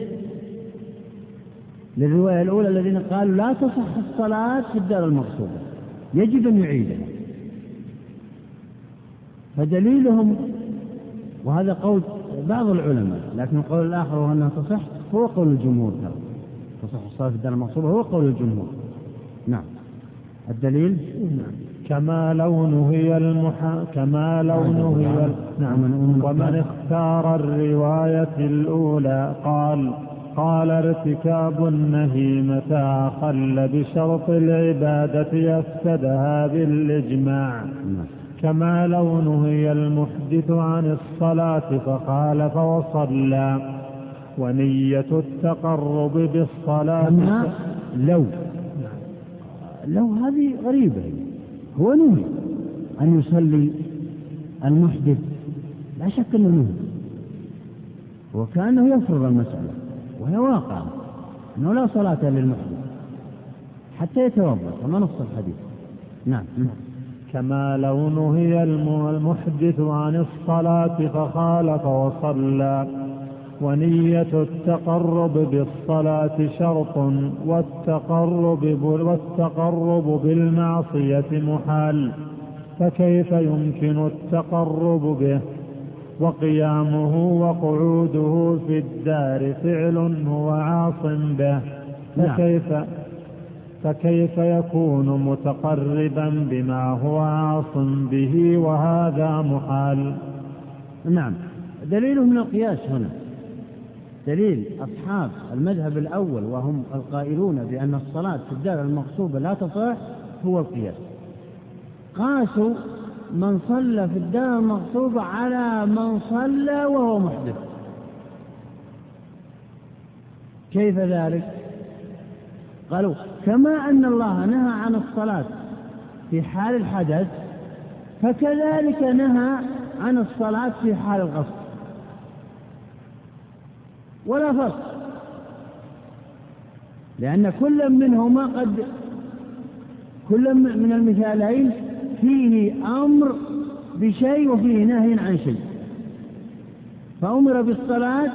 للرواية الأولى الذين قالوا لا تصح الصلاة في الدار المغصوبة، يجب أن يعيدها. فدليلهم، وهذا قول بعض العلماء، لكن القول الآخر هو أنها تصح، هو قول الجمهور. تصح الصلاة في الدار المغصوبة هو قول الجمهور. نعم. الدليل كما لو نهي نعم. ومن اختار الرواية الأولى قال ارتكاب النهي متى أخل بشرط العبادة أفسدها بالإجماع. كما لو نهي المحدث عن الصلاة فخالف وصلى، ونية التقرب بالصلاة. لو هذه غريبة، هو نهي أن يصلي المحدث، لا شك أنه نهي، وكأنه يفرض المسألة، وهي واقعة أنه لا صلاة للمحدث حتى يتوضأ كما نص الحديث. نعم. كما لو نهي المحدث عن الصلاة فخالف وصلى، ونية التقرب بالصلاة شرط، والتقرب بالمعصية محال، فكيف يمكن التقرب به؟ وقيامه وقعوده في الدار فعل هو عاص به، فكيف يكون متقربا بما هو عاص به وهذا محال؟ نعم. دليله من القياس هنا، دليل أصحاب المذهب الأول وهم القائلون بأن الصلاة في الدار المغصوبة لا تصح هو القياس. قاسوا من صلى في الدار المغصوبة على من صلى وهو محدث. كيف ذلك؟ قالوا كما أن الله نهى عن الصلاة في حال الحدث، فكذلك نهى عن الصلاة في حال الغصب، ولا فرق، لأن كل منهما كل من المثالين فيه أمر بشيء وفيه نهي عن شيء، فأمر بالصلاة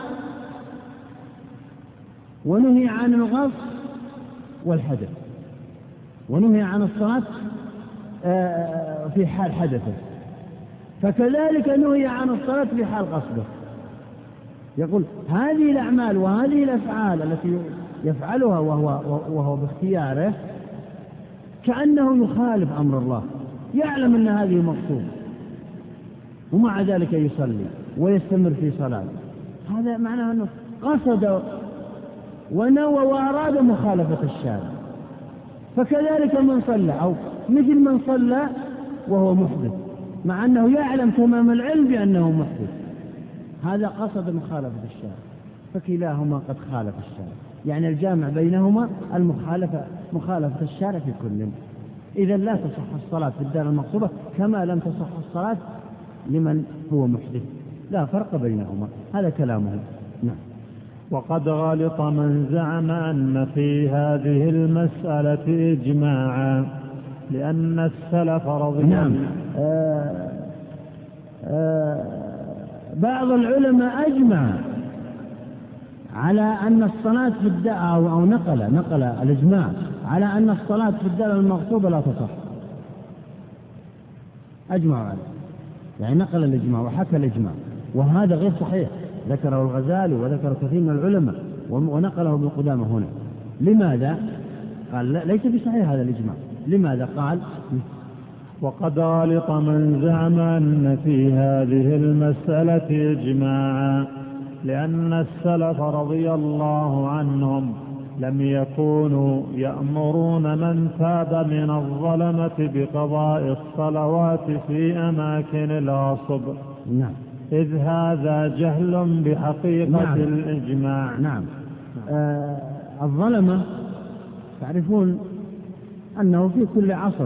ونهي عن الغصب والحدث، ونهي عن الصلاة في حال حدثه، فكذلك نهي عن الصلاة في حال غصبه. يقول هذه الأعمال وهذه الأفعال التي يفعلها وهو باختياره كأنه يخالف أمر الله، يعلم أن هذه مقصود، ومع ذلك يصلي ويستمر في صلاة. هذا معناه أنه قصد ونوى وأراد مخالفة الشارع. فكذلك من صلى، أو مثل من صلى وهو محدث، مع أنه يعلم تمام العلم بأنه محدث. هذا قصد مخالفة الشارع، فكلاهما قد خالف الشارع، يعني الجامع بينهما مخالفة الشارع في كل. إذا لا تصح الصلاة في الدار المغصوبة كما لم تصح الصلاة لمن هو محدث، لا فرق بينهما. هذا كلامه. نعم. وقد غلط من زعم أن في هذه المسألة إجماعا، لأن السلف رضي الله عنهم. بعض العلماء أجمع على أن الصلاة في الدار، أو نقل الإجماع على أن الصلاة في الدار المغصوبة لا تصح. أجمع عليه، يعني نقل الإجماع وحكى الإجماع، وهذا غير صحيح. ذكره الغزالي وذكر كثير من العلماء ونقله ابن قدامة هنا. لماذا؟ قال ليس بصحيح هذا الإجماع. لماذا؟ قال وقد غلط من زعم أن في هذه المسألة إجماعا، لأن السلف رضي الله عنهم لم يكونوا يأمرون من تاب من الظلمة بقضاء الصلوات في أماكن الغصب. نعم. إذ هذا جهل بحقيقة نعم. الإجماع. نعم. الظلمة تعرفون أنه في كل عصر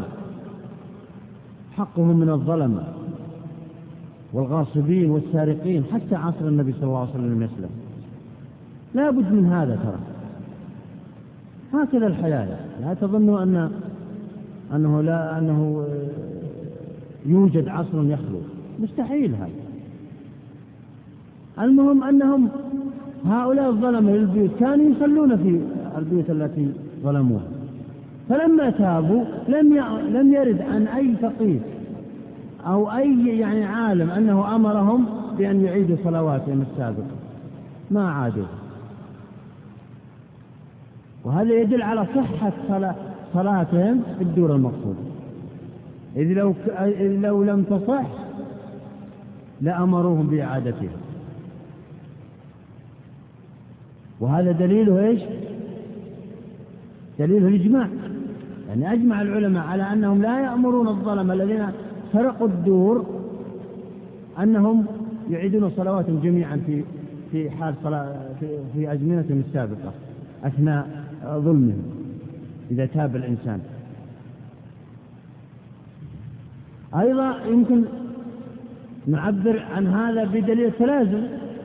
حقهم من الظلمة والغاصبين والسارقين، حتى عصر النبي صلى الله عليه وسلم يسلم. لا بد من هذا، ترى هكذا الحياة. لا تظنوا أنه يوجد عصر يخلو، مستحيل هذا. المهم أنهم هؤلاء الظلمة للبيوت كانوا يصلون في البيوت التي ظلموها، فلما تابوا لم يرد عن أي فقيه أو أي يعني عالم أنه أمرهم بأن يعيدوا صلواتهم السابقة، ما عادوا. وهذا يدل على صحة صلاتهم في الدور المقصود. إذ لو لم تصح لأمروهم بإعادتها. وهذا دليله إيش؟ دليله الإجماع. يعني أجمع العلماء على أنهم لا يأمرون الظلمة الذين سرقوا الدور أنهم يعيدون صلواتهم جميعا في حال في أزمنتهم السابقة أثناء ظلمهم إذا تاب الإنسان. أيضا يمكن نعبر عن هذا بدليل التلازم،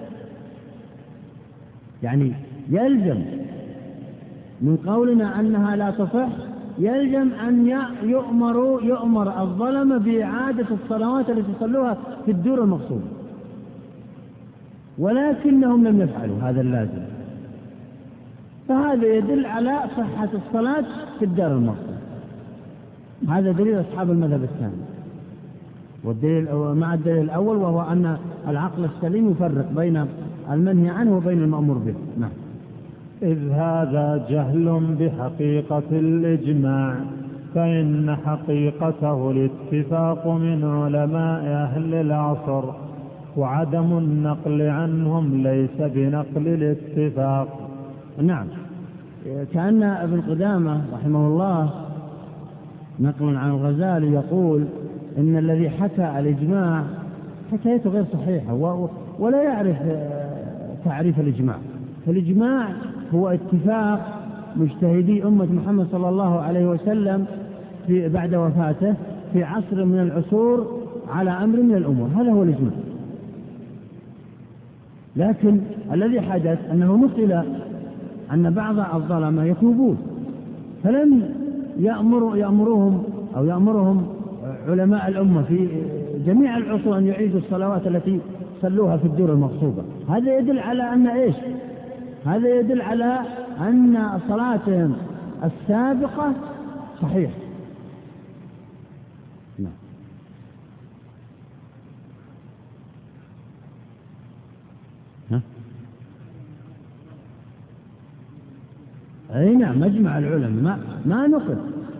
يعني يلزم من قولنا أنها لا تصح، يلزم أن يؤمر الظلمة بإعادة الصلوات التي صلوها في الدور المغصوبة، ولكنهم لم يفعلوا هذا اللازم. فهذا يدل على صحة الصلاة في الدار المغصوبة. هذا دليل أصحاب المذهب الثاني، والدليل مع الدليل الأول، وهو أن العقل السليم يفرق بين المنهي عنه وبين المأمور به. نعم. إذ هذا جهل بحقيقة الإجماع، فإن حقيقته الاتفاق من علماء أهل العصر، وعدم النقل عنهم ليس بنقل الاتفاق. نعم. كأن ابن قدامة رحمه الله نقلا عن الغزالي يقول إن الذي حكى الإجماع حكايته غير صحيحة ولا يعرف تعريف الإجماع. فالإجماع هو اتفاق مجتهدي أمة محمد صلى الله عليه وسلم بعد وفاته في عصر من العصور على أمر من الأمور، هذا هو الإجماع. لكن الذي حدث أنه نقل أن بعض الظلمة يتوبون، فلم يأمرهم علماء الأمة في جميع العصور أن يعيدوا الصلوات التي صلوها في الدور المغصوبة. هذا يدل على أن إيش؟ هذا يدل على أن صلاتهم السابقة صحيح. نعم. أي نعم، مجمع العلماء ما نقل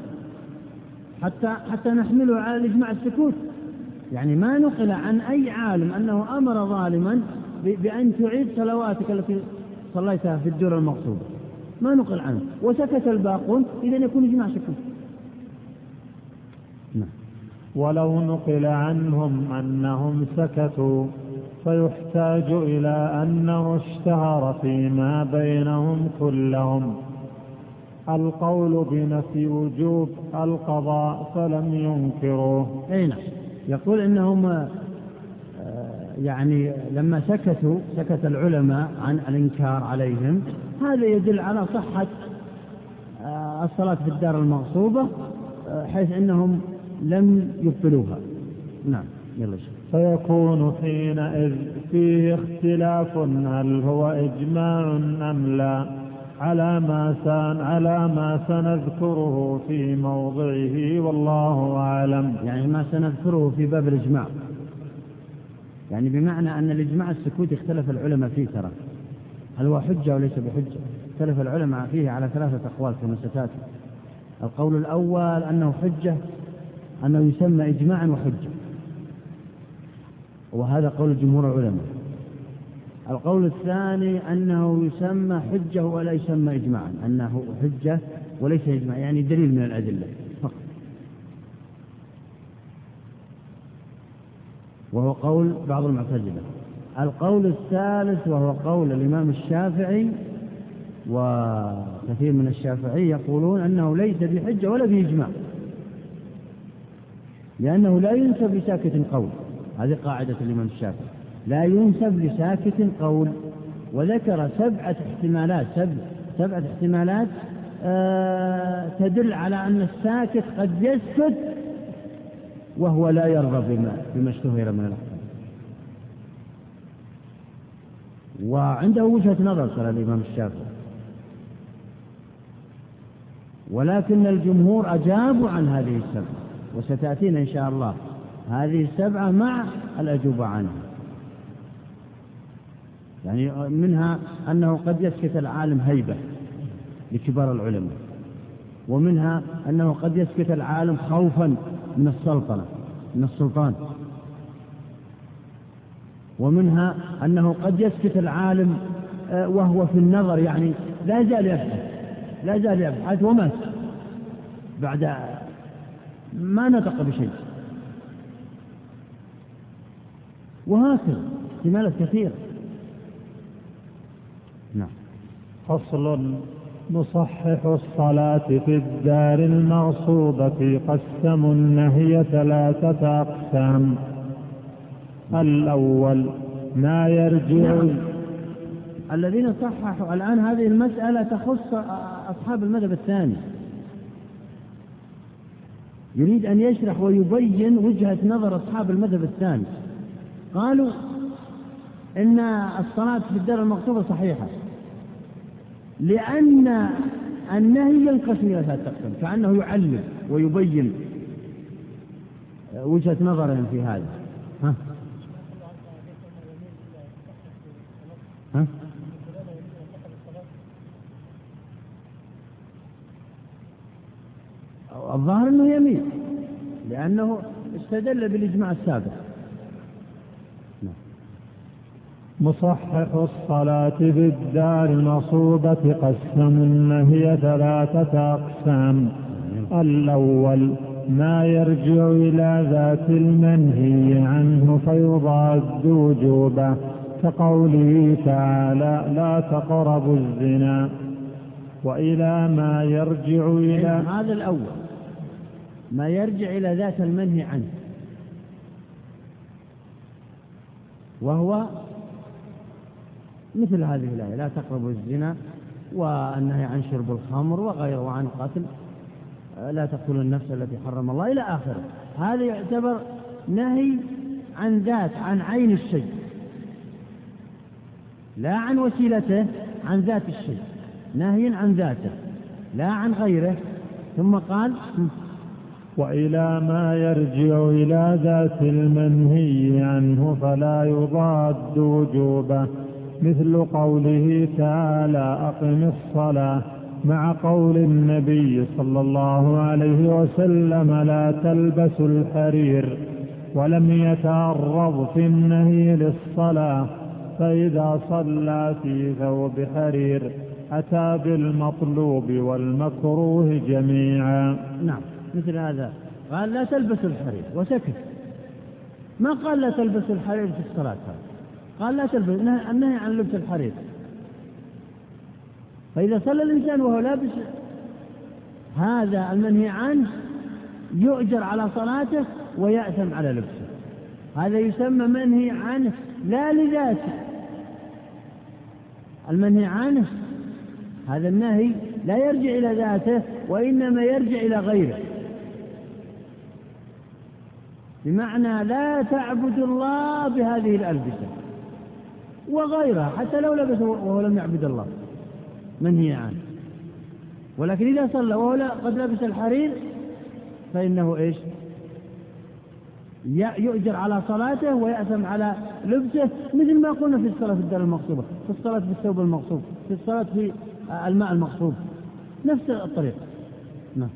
حتى نحمله على الإجماع السكوت، يعني ما نقل عن أي عالم أنه أمر ظالما بأن تعيد صلواتك التي صليتها في الدور المغصوبة، ما نقل عنه، وسكت الباقون، إذن يكون إجماع سكوت. نعم. ولو نقل عنهم أنهم سكتوا فيحتاج إلى أنه اشتهر فيما بينهم كلهم القول بنفي وجوب القضاء فلم ينكروه. نعم. يقول إنهم يعني لما سكت العلماء عن الإنكار عليهم، هذا يدل على صحة الصلاة في الدار المغصوبة، حيث أنهم لم يبطلوها. نعم. يلا شيء. فيكون حينئذ فيه اختلاف هل هو إجماع أم لا على ما سنذكره في موضعه والله أعلم. يعني ما سنذكره في باب الإجماع، يعني بمعنى أن الإجماع السكوت اختلف العلماء فيه، ترى هل هو حجة وليس بحجة؟ اختلف العلماء فيه على 3 أقوال كما ستأتي. القول الأول أنه حجة، أنه يسمى إجماعا وحجة، وهذا قول جمهور العلماء. القول الثاني أنه يسمى حجة ولا يسمى إجماعا، أنه حجة وليس إجماع، يعني دليل من الأدلة فقط، وهو قول بعض المعتزلة. القول الثالث وهو قول الإمام الشافعي وكثير من الشافعي يقولون أنه ليس بحجة ولا بإجماع، لأنه لا ينسب لساكت قول. هذه قاعدة الإمام الشافعي، لا ينسب لساكت قول. وذكر 7 احتمالات تدل على أن الساكت قد يسكت وهو لا يرضى بما اشتهر من الأحكام. وعنده وجهة نظر ترى الإمام الشافعي، ولكن الجمهور أجابوا عن هذه 7، وستأتينا إن شاء الله هذه 7 مع الأجوبة عنها. يعني منها أنه قد يسكت العالم هيبة لكبار العلماء، ومنها أنه قد يسكت العالم خوفا من السلطان، ومنها أنه قد يسكت العالم وهو في النظر، يعني لا زال يبحث ومات بعد ما نطق بشيء، وهكذا احتمالات كثيرة. نعم. فصل. نصحح الصلاة في الدار المغصوبة قسموا النهي 3 أقسام. الأول ما يرجع. الذين صححوا الآن هذه المسألة تخص أصحاب المذهب الثاني، يريد أن يشرح ويبين وجهة نظر أصحاب المذهب الثاني. قالوا إن الصلاة في الدار المغصوبة صحيحة، لأن النهي ينقسم إلى 3 أقسام، كأنه يعلم ويبين وجهة نظرهم في هذا. الظاهر أنه يمين، لأنه استدل بالإجماع السابق. مصحح الصلاة بالدار المغصوبة قسموا النهي 3 أقسام. الأول ما يرجع إلى ذات المنهي عنه فيضاد وجوبه، كقوله تعالى لا تقربوا الزنا، وإلى ما يرجع إلى هذا الأول ما يرجع إلى ذات المنهي عنه، وهو مثل هذه الآية لا تقربوا الزنا، والنهي عن شرب الخمر وغيره، وعن قتل، لا تقتلوا النفس التي حرم الله إلى آخره. هذا يعتبر نهي عن ذات، عن عين الشيء، لا عن وسيلته، عن ذات الشيء، نهي عن ذاته لا عن غيره. ثم قال وإلى ما يرجع إلى ذات المنهي عنه فلا يضاد وجوبه، مثل قوله تعالى أقم الصلاة، مع قول النبي صلى الله عليه وسلم لا تلبسوا الحرير، ولم يتعرض في النهي للصلاة، فإذا صلى في ثوب حرير أتى بالمطلوب والمكروه جميعا. نعم، مثل هذا قال لا تلبس الحرير وسكت، ما قال لا تلبس الحرير في الصلاة، قال لا تلبس، النهي عن لبس الحرير. فإذا صلى الإنسان وهو لابس هذا المنهي عنه يؤجر على صلاته ويأثم على لبسه. هذا يسمى منهي عنه لا لذاته، المنهي عنه هذا النهي لا يرجع إلى ذاته وإنما يرجع إلى غيره، بمعنى لا تعبد الله بهذه الألبسة وغيرها حتى لو لبس وهو لم يعبد الله، منهي عنه. ولكن إذا صلى وهو قد لبس الحرير فإنه إيش؟ يؤجر على صلاته ويأثم على لبسه، مثل ما قلنا في الصلاة في الدار المغصوبة، في الصلاة في الثوب المغصوب، في الصلاة في الماء المغصوب، نفس الطريقة. نعم.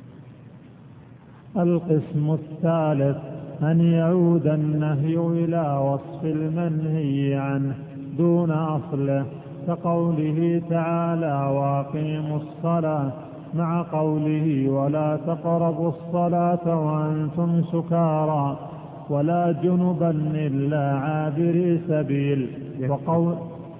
القسم الثالث أن يعود النهي إلى وصف المنهي عنه دون أصله، كقوله تعالى وأقيموا الصلاة، مع قوله ولا تقربوا الصلاة وأنتم سكارى، ولا جنبا إلا عابري سبيل. وقول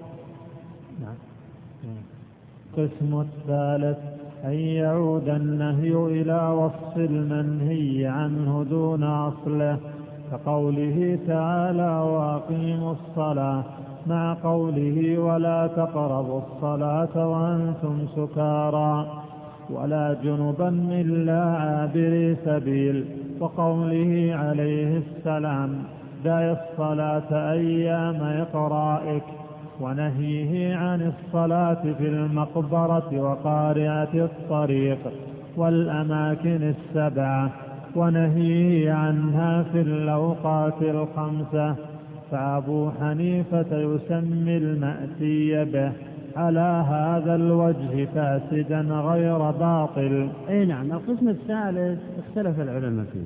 القسم الثالث أن يعود النهي إلى وصف المنهي عنه دون أصله، كقوله تعالى وأقيموا الصلاة، مع قوله ولا تقربوا الصلاة وأنتم سكارى، ولا جنبا إلا عابري سبيل. وقوله عليه السلام دع الصلاة أيام إقرائك، ونهيه عن الصلاة في المقبرة وقارعة الطريق والأماكن السبعة، ونهيه عنها في الأوقات الخمسة. فأبو حنيفة يسمي المأتي به على هذا الوجه فاسدا غير باطل. أي نعم. القسم الثالث اختلف العلماء فيه،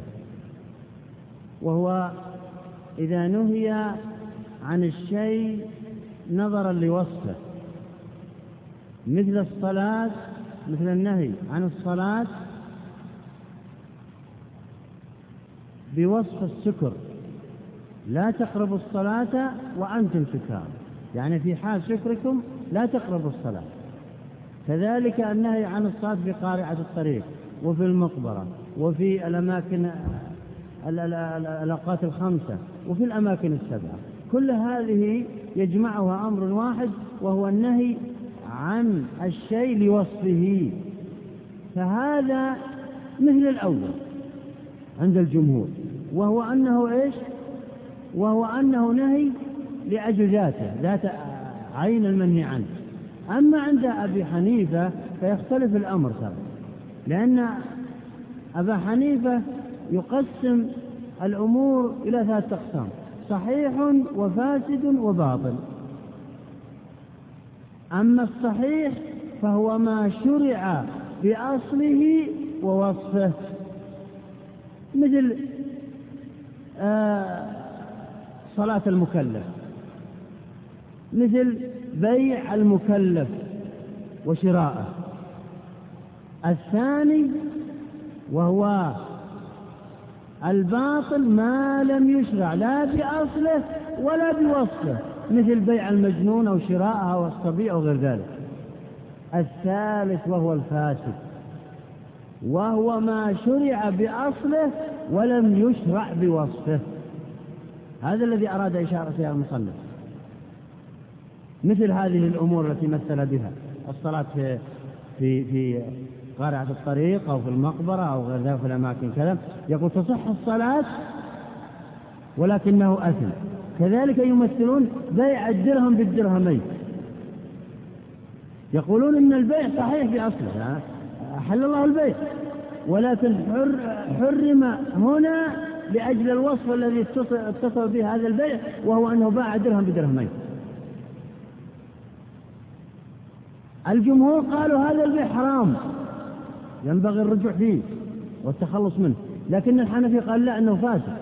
وهو إذا نهي عن الشيء نظرا لوصفه، مثل الصلاة، مثل النهي عن الصلاة بوصف السكر، لا تقربوا الصلاة وأنتم سكارى، يعني في حال سكركم لا تقربوا الصلاة. كذلك النهي عن الصلاة في قارعة الطريق وفي المقبرة وفي الأماكن الأوقات الخمسة وفي الأماكن السبعة، كل هذه يجمعها أمر واحد، وهو النهي عن الشيء لوصفه. فهذا مثل الأول عند الجمهور، وهو أنه إيش؟ وهو أنه نهي لأجل ذاته، ذات عين المنهي عنه. أما عند أبي حنيفة فيختلف الأمر ترى، لأن أبا حنيفة يقسم الأمور إلى 3 أقسام: صحيح وفاسد وباطل. أما الصحيح فهو ما شرع بأصله ووصفه، مثل صلاة المكلف، مثل بيع المكلف وشراءه. الثاني وهو الباطل ما لم يشرع لا بأصله ولا بوصفه، مثل بيع المجنون أو شراءه أو الصبي أو غير ذلك. الثالث وهو الفاسد، وهو ما شرع بأصله ولم يشرع بوصفه. هذا الذي أراد إشارة إليه المصنف، مثل هذه الأمور التي مثل بها الصلاة في قارعة الطريق أو في المقبرة أو غير ذلك في الأماكن كذا، يقول تصح الصلاة ولكنه أثم. كذلك يمثلون بيع الدرهم بالدرهمين، يقولون إن البيع صحيح بأصله، يعني أحل الله البيع، ولكن حرم هنا لأجل الوصف الذي اتصل به هذا البيع، وهو أنه باع درهم بدرهمين. الجمهور قالوا هذا البيع حرام ينبغي الرجوع فيه والتخلص منه، لكن الحنفي قال لا، أنه فاسد.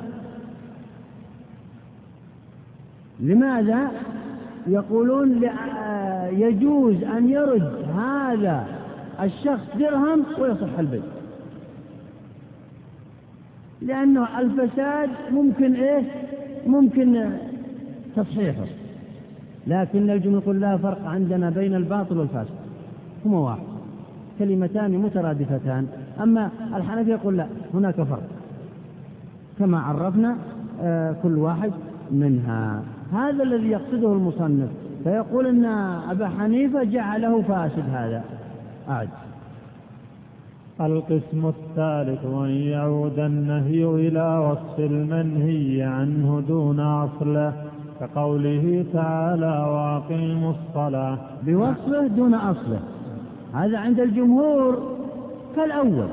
لماذا؟ يقولون يجوز أن يرد هذا الشخص درهم ويصح البيع، لأنه الفساد ممكن تصحيحه، لكن الجمهور يقول لا فرق عندنا بين الباطل والفاسد، هما واحد، كلمتان مترادفتان. أما الحنفي يقول لا، هناك فرق كما عرفنا كل واحد منها. هذا الذي يقصده المصنف، فيقول أن أبا حنيفة جعله فاسد. هذا أعد. القسم الثالث أن يعود النهي إلى وصف المنهي عنه دون أصله، كقوله تعالى وأقيموا الصلاة، بوصفه دون أصله. هذا عند الجمهور كالأول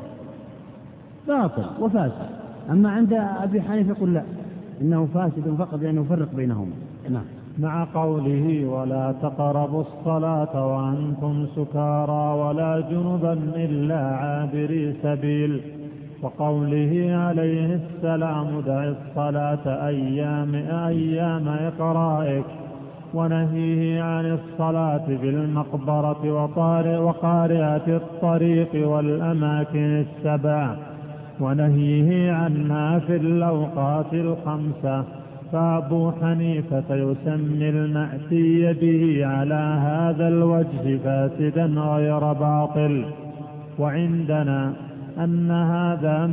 باطل وفاسد. أما عند أبي حنيفة يقول لا، إنه فاسد فقط لأنه يفرق بينهما. نعم. مع قوله ولا تقربوا الصلاة وأنتم سكارى ولا جنبا إلا عابري سبيل، وقوله عليه السلام دع الصلاة أيام إقرائك، ونهيه عن الصلاة بالمقبرة وقارعة الطريق والأماكن السبع، ونهيه عنها في الأوقات الخمسة. فأبو حنيفة يسمي المأتي به على هذا الوجه فاسدا غير باطل. وعندنا أن هذا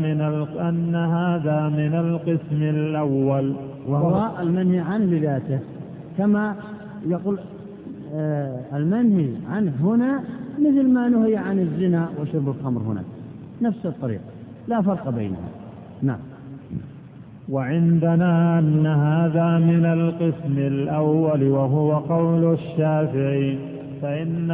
من القسم الأول، وهو المنهي عنه بذاته، كما يقول المنهي عنه هنا مثل ما نهي عن الزنا وشرب الخمر هنا، نفس الطريق، لا فرق بينها. نعم. وعندنا أن هذا من القسم الأول، وهو قول الشافعي، فإن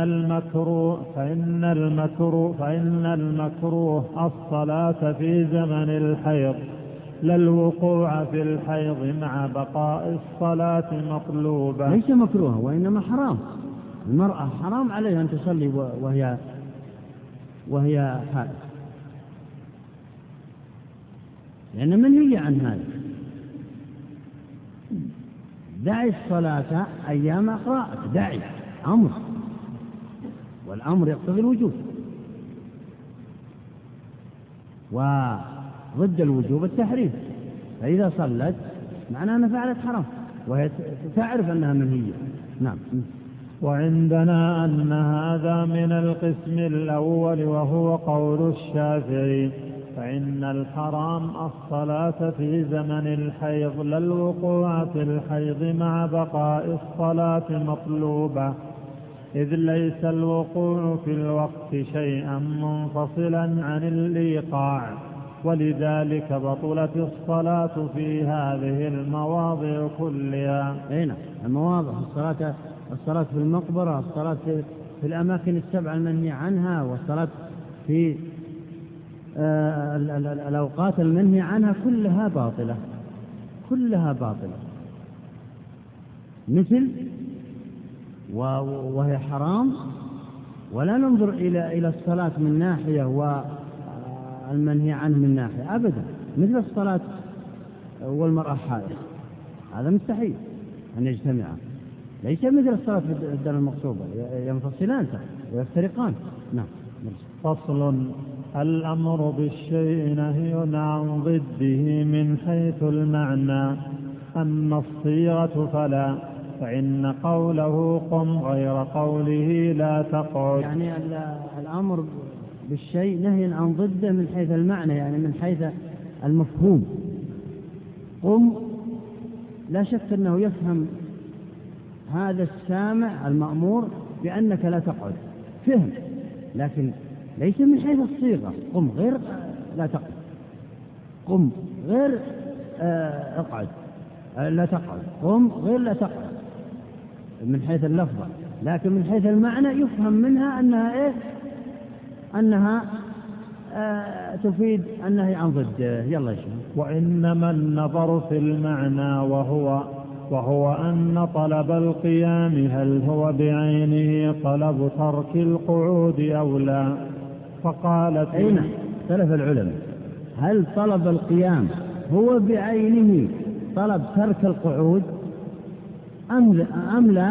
المكروه الصلاة في زمن الحيض، لا الوقوع في الحيض مع بقاء الصلاة مطلوبة. ليس مكروه وإنما حرام. المرأة حرام عليها أن تصلي وهي حائض، لأن منهي عن هذا. دعي الصلاة أيام إقرائك، دعي أمر، والأمر يقتضي الوجوب، وضد الوجوب التحريم. فإذا صلت معناها أنها فعلت حرام وهي تعرف أنها منهية. نعم. وعندنا أن هذا من القسم الأول، وهو قول الشافعي، فإن الحرام الصلاة في زمن الحيض، لا الوقوع في الحيض مع بقاء الصلاة مطلوبة، إذ ليس الوقوع في الوقت شيئا منفصلا عن الإيقاع، ولذلك بطلت الصلاة في هذه المواضع كلها. أين المواضع؟ الصلاة في المقبرة، الصلاة في الأماكن السبع المنهي عنها، والصلاة في الأوقات المنهي عنها كلها باطلة، كلها باطلة، مثل وهي حرام. ولا ننظر إلى الصلاة من ناحية والمنهي عنه من ناحية أبدا، مثل الصلاة والمرأة حائض، هذا مستحيل أن يجتمعا، ليس مثل الصلاة في الدار المقصوبة، ينفصلان ويفترقان. نعم. فصل. الأمر بالشيء نهي عن ضده من حيث المعنى، أما الصيغة فلا، فإن قوله قم غير قوله لا تقعد. يعني الأمر بالشيء نهي عن ضده من حيث المعنى، يعني من حيث المفهوم. قم لا شك أنه يفهم هذا السامع المأمور بأنك لا تقعد، فهم، لكن ليس من حيث الصيغة. قم غير لا تقعد، قم غير اقعد لا تقعد، قم غير لا تقعد من حيث اللفظة، لكن من حيث المعنى يفهم منها أنها أنها تفيد النهي عن ضده. يلا يا شيخ. وإنما النظر في المعنى، وهو أن طلب القيام هل هو بعينه طلب ترك القعود أو لا. فقالت أين اختلف العلماء، هل طلب القيام هو بعينه طلب ترك القعود أم لا؟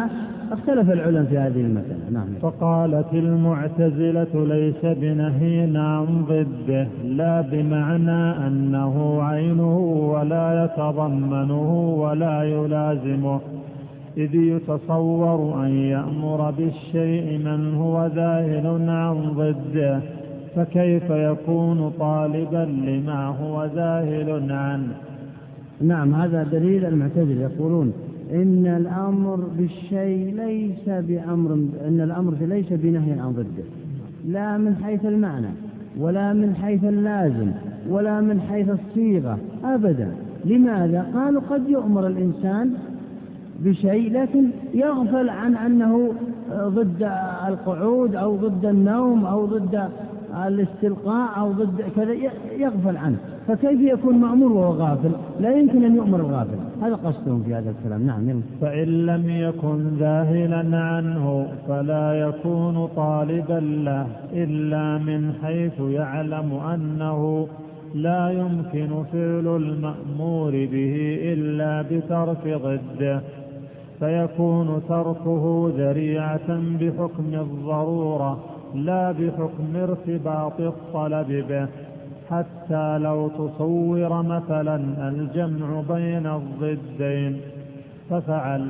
اختلف العلماء في هذه المسألة. نعم. فقالت المعتزلة ليس بنهي عن ضده، لا بمعنى أنه عينه ولا يتضمنه ولا يلازمه، إذ يتصور أن يأمر بالشيء من هو ذاهل عن ضده، فكيف يكون طالبا لما هو ذاهل عنه؟ نعم، هذا دليل المعتزلة، يقولون إن الأمر بالشيء ليس بأمر، إن الأمر ليس بنهي عن ضده، لا من حيث المعنى ولا من حيث اللازم ولا من حيث الصيغة أبدا. لماذا؟ قالوا قد يؤمر الإنسان بشيء لكن يغفل عن أنه ضد القعود أو ضد النوم أو ضد الاستلقاء أو ضد كذا، يغفل عنه، فكيف يكون مأمور وهو غافل؟ لا يمكن أن يؤمر الغافل. هذا قصدهم في هذا الكلام. نعم. فإن لم يكن ذاهلا عنه فلا يكون طالبا له إلا من حيث يعلم أنه لا يمكن فعل المأمور به إلا بترك ضده، فيكون تركه ذريعة بحكم الضرورة لا بحكم ارتباط الطلب به، حتى لو تصور مثلا الجمع بين الضدين ففعل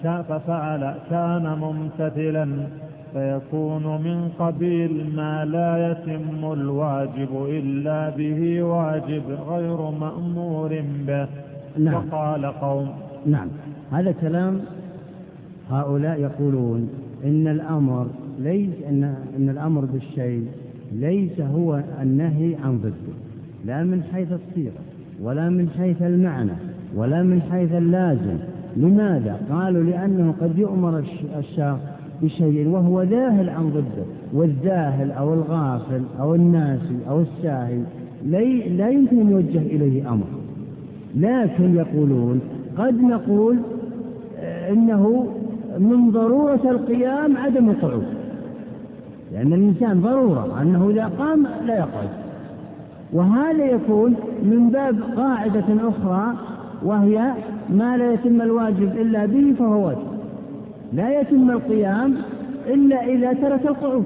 كان ممتثلا، فيكون من قبيل ما لا يتم الواجب إلا به واجب غير مأمور به. نعم. وقال قوم. نعم، هذا كلام هؤلاء، يقولون إن الأمر ليس إن الأمر بالشيء ليس هو النهي عن ضده، لا من حيث الصيغة ولا من حيث المعنى ولا من حيث اللازم. لماذا؟ قالوا لأنه قد يؤمر الشخص بشيء وهو ذاهل عن ضده، والذاهل أو الغافل أو الناسي أو الساهي لا يمكن أن يوجه إليه أمر. لكن يقولون قد نقول إنه من ضرورة القيام عدم القعود، لأن الإنسان ضرورة أنه إذا قام لا يقعد، وهذا يكون من باب قاعدة أخرى، وهي ما لا يتم الواجب إلا به فهو واجب، لا يتم القيام إلا إذا ترك القعود،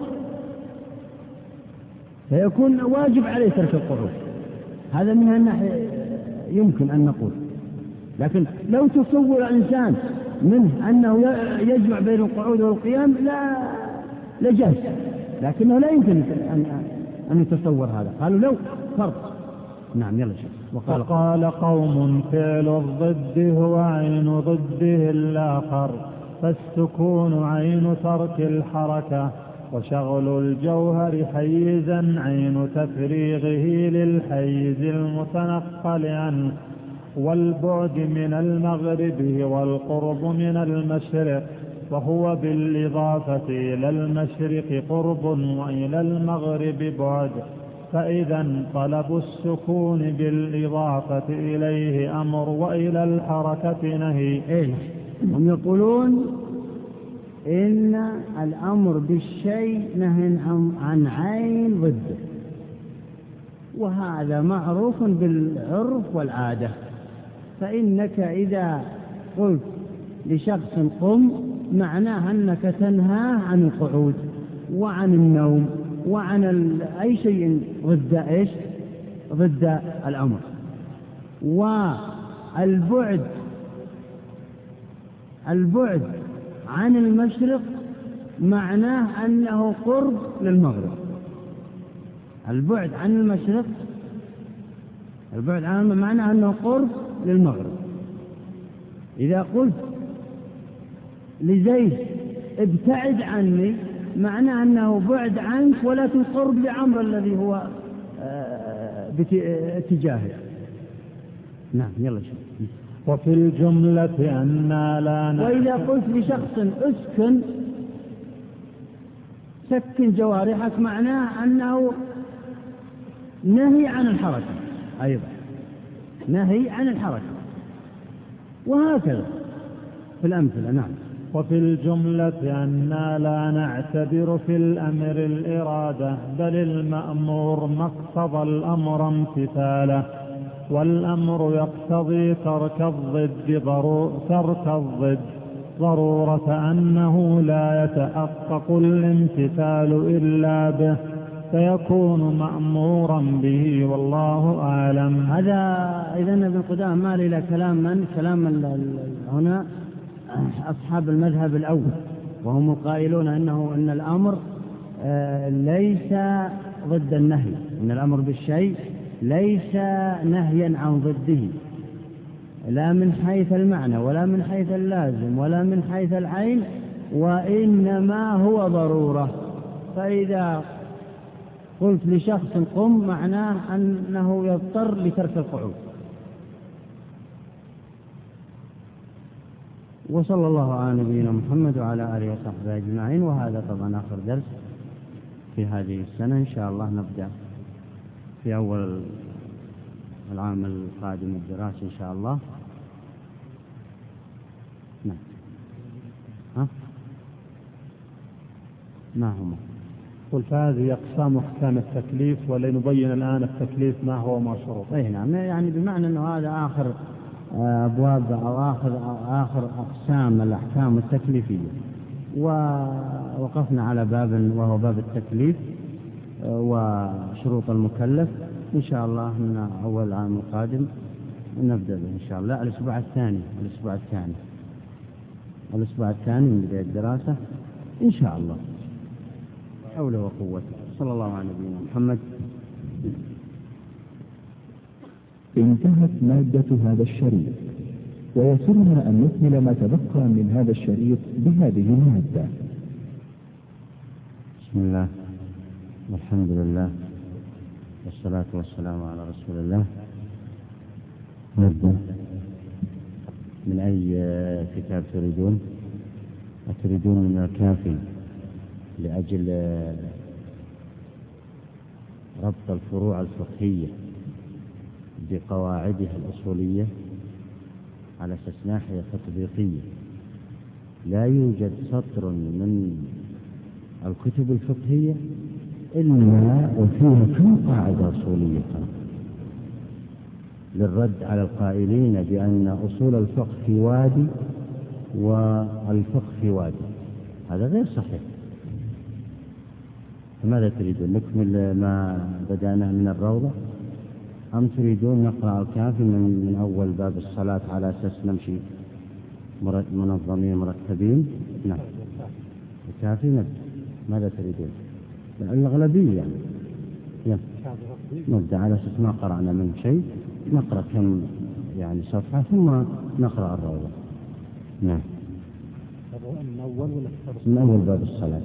فيكون واجب عليه ترك القعود. هذا من الناحية يمكن أن نقول. لكن لو تصور إنسان منه أنه يجمع بين القعود والقيام لا جاز، لكنه لا يمكن أن يتصور هذا. قالوا لو فرق. نعم. يلا شيخ. وقال قوم فعل الضد هو عين ضده الآخر، فالسكون عين ترك الحركة، وشغل الجوهر حيزا عين تفريغه للحيز المتنقل عنه، والبعد من المغرب والقرب من المشرق، وهو بالإضافة إلى المشرق قرب وإلى المغرب بعد، فإذا طلب السكون بالإضافة إليه أمر وإلى الحركة نهي. هم يقولون إن الأمر بالشيء نهي عن عين ضده، وهذا معروف بالعرف والعادة. فإنك إذا قلت لشخص قم معناه أنك تنهاه عن القعود وعن النوم وعن أي شيء ضد الأمر. والبعد عن المشرق معناه أنه قرب للمغرب. البعد عن المشرق معناه أنه قرب للمغرب. إذا قلت لزيد ابتعد عني معناه أنه بعد عنك ولكن قرب لعمر الذي هو باتجاهه. نعم. يلا شوف. وفي الجملة أننا لا وإذا قلت لشخص سكن جوارحك معناه أنه نهي عن الحركة، أيضا نهي عن الحركة، وهكذا في الأمثلة. نعم. وفي الجملة أننا لا نعتبر في الأمر الإرادة، بل المأمور ما اقتضى الأمر امتثاله، والأمر يقتضي ترك الضد ضرورة أنه لا يتحقق الامتثال إلا به فيكون مأمورا به، والله أعلم. هذا إذن ابن قدامة مال إلى كلام هنا أصحاب المذهب الأول، وهم القائلون أن الأمر ليس ضد النهي، أن الأمر بالشيء ليس نهيا عن ضده، لا من حيث المعنى ولا من حيث اللازم ولا من حيث العين، وإنما هو ضرورة. فإذا قلت لشخص قم معناه أنه يضطر لترك القعود. وصلى الله على نبينا محمد وعلى آله وصحبه أجمعين. وهذا طبعا آخر درس في هذه السنة، إن شاء الله نبدأ في أول العام القادم الدراسي إن شاء الله. نعم. ما هما؟ قلت هذه أقسام أحكام التكليف، ولنبين الآن التكليف ما هو ما شروطه. أي نعم، يعني بمعنى أنه هذا آخر أبواب أو آخر أقسام الأحكام التكليفية، ووقفنا على باب وهو باب التكليف وشروط المكلف. إن شاء الله من أول العام القادم نبدأ به إن شاء الله. الأسبوع الثاني من بداية الدراسة إن شاء الله. حول وقوته. صلى الله على نبينا محمد. انتهت مادة هذا الشريط، ويسرنا أن نكمل ما تبقى من هذا الشريط بهذه المادة. بسم الله والحمد لله والصلاة والسلام على رسول الله. نبدأ. من أي كتاب تريدون؟ أتريدون من الكافي لأجل ربط الفروع الفقهية بقواعدها الأصولية على أساس ناحية تطبيقية؟ لا يوجد سطر من الكتب الفقهية إلا وفيها كم قاعدة أصولية للرد على القائلين بأن أصول الفقه في وادي والفقه في وادي. هذا غير صحيح. فماذا تريدون؟ نكمل ما بدأناه من الروضة أم تريدون نقرأ الكافي من أول باب الصلاة على أساس نمشي منظمين مرتبين؟ نعم، الكافي نبدأ. ماذا تريدون؟ الأغلبية يعني نبدأ على أساس ما قرأنا من شيء، نقرأ كم يعني صفحة ثم نقرأ الروضة. نعم، من أول باب الصلاة،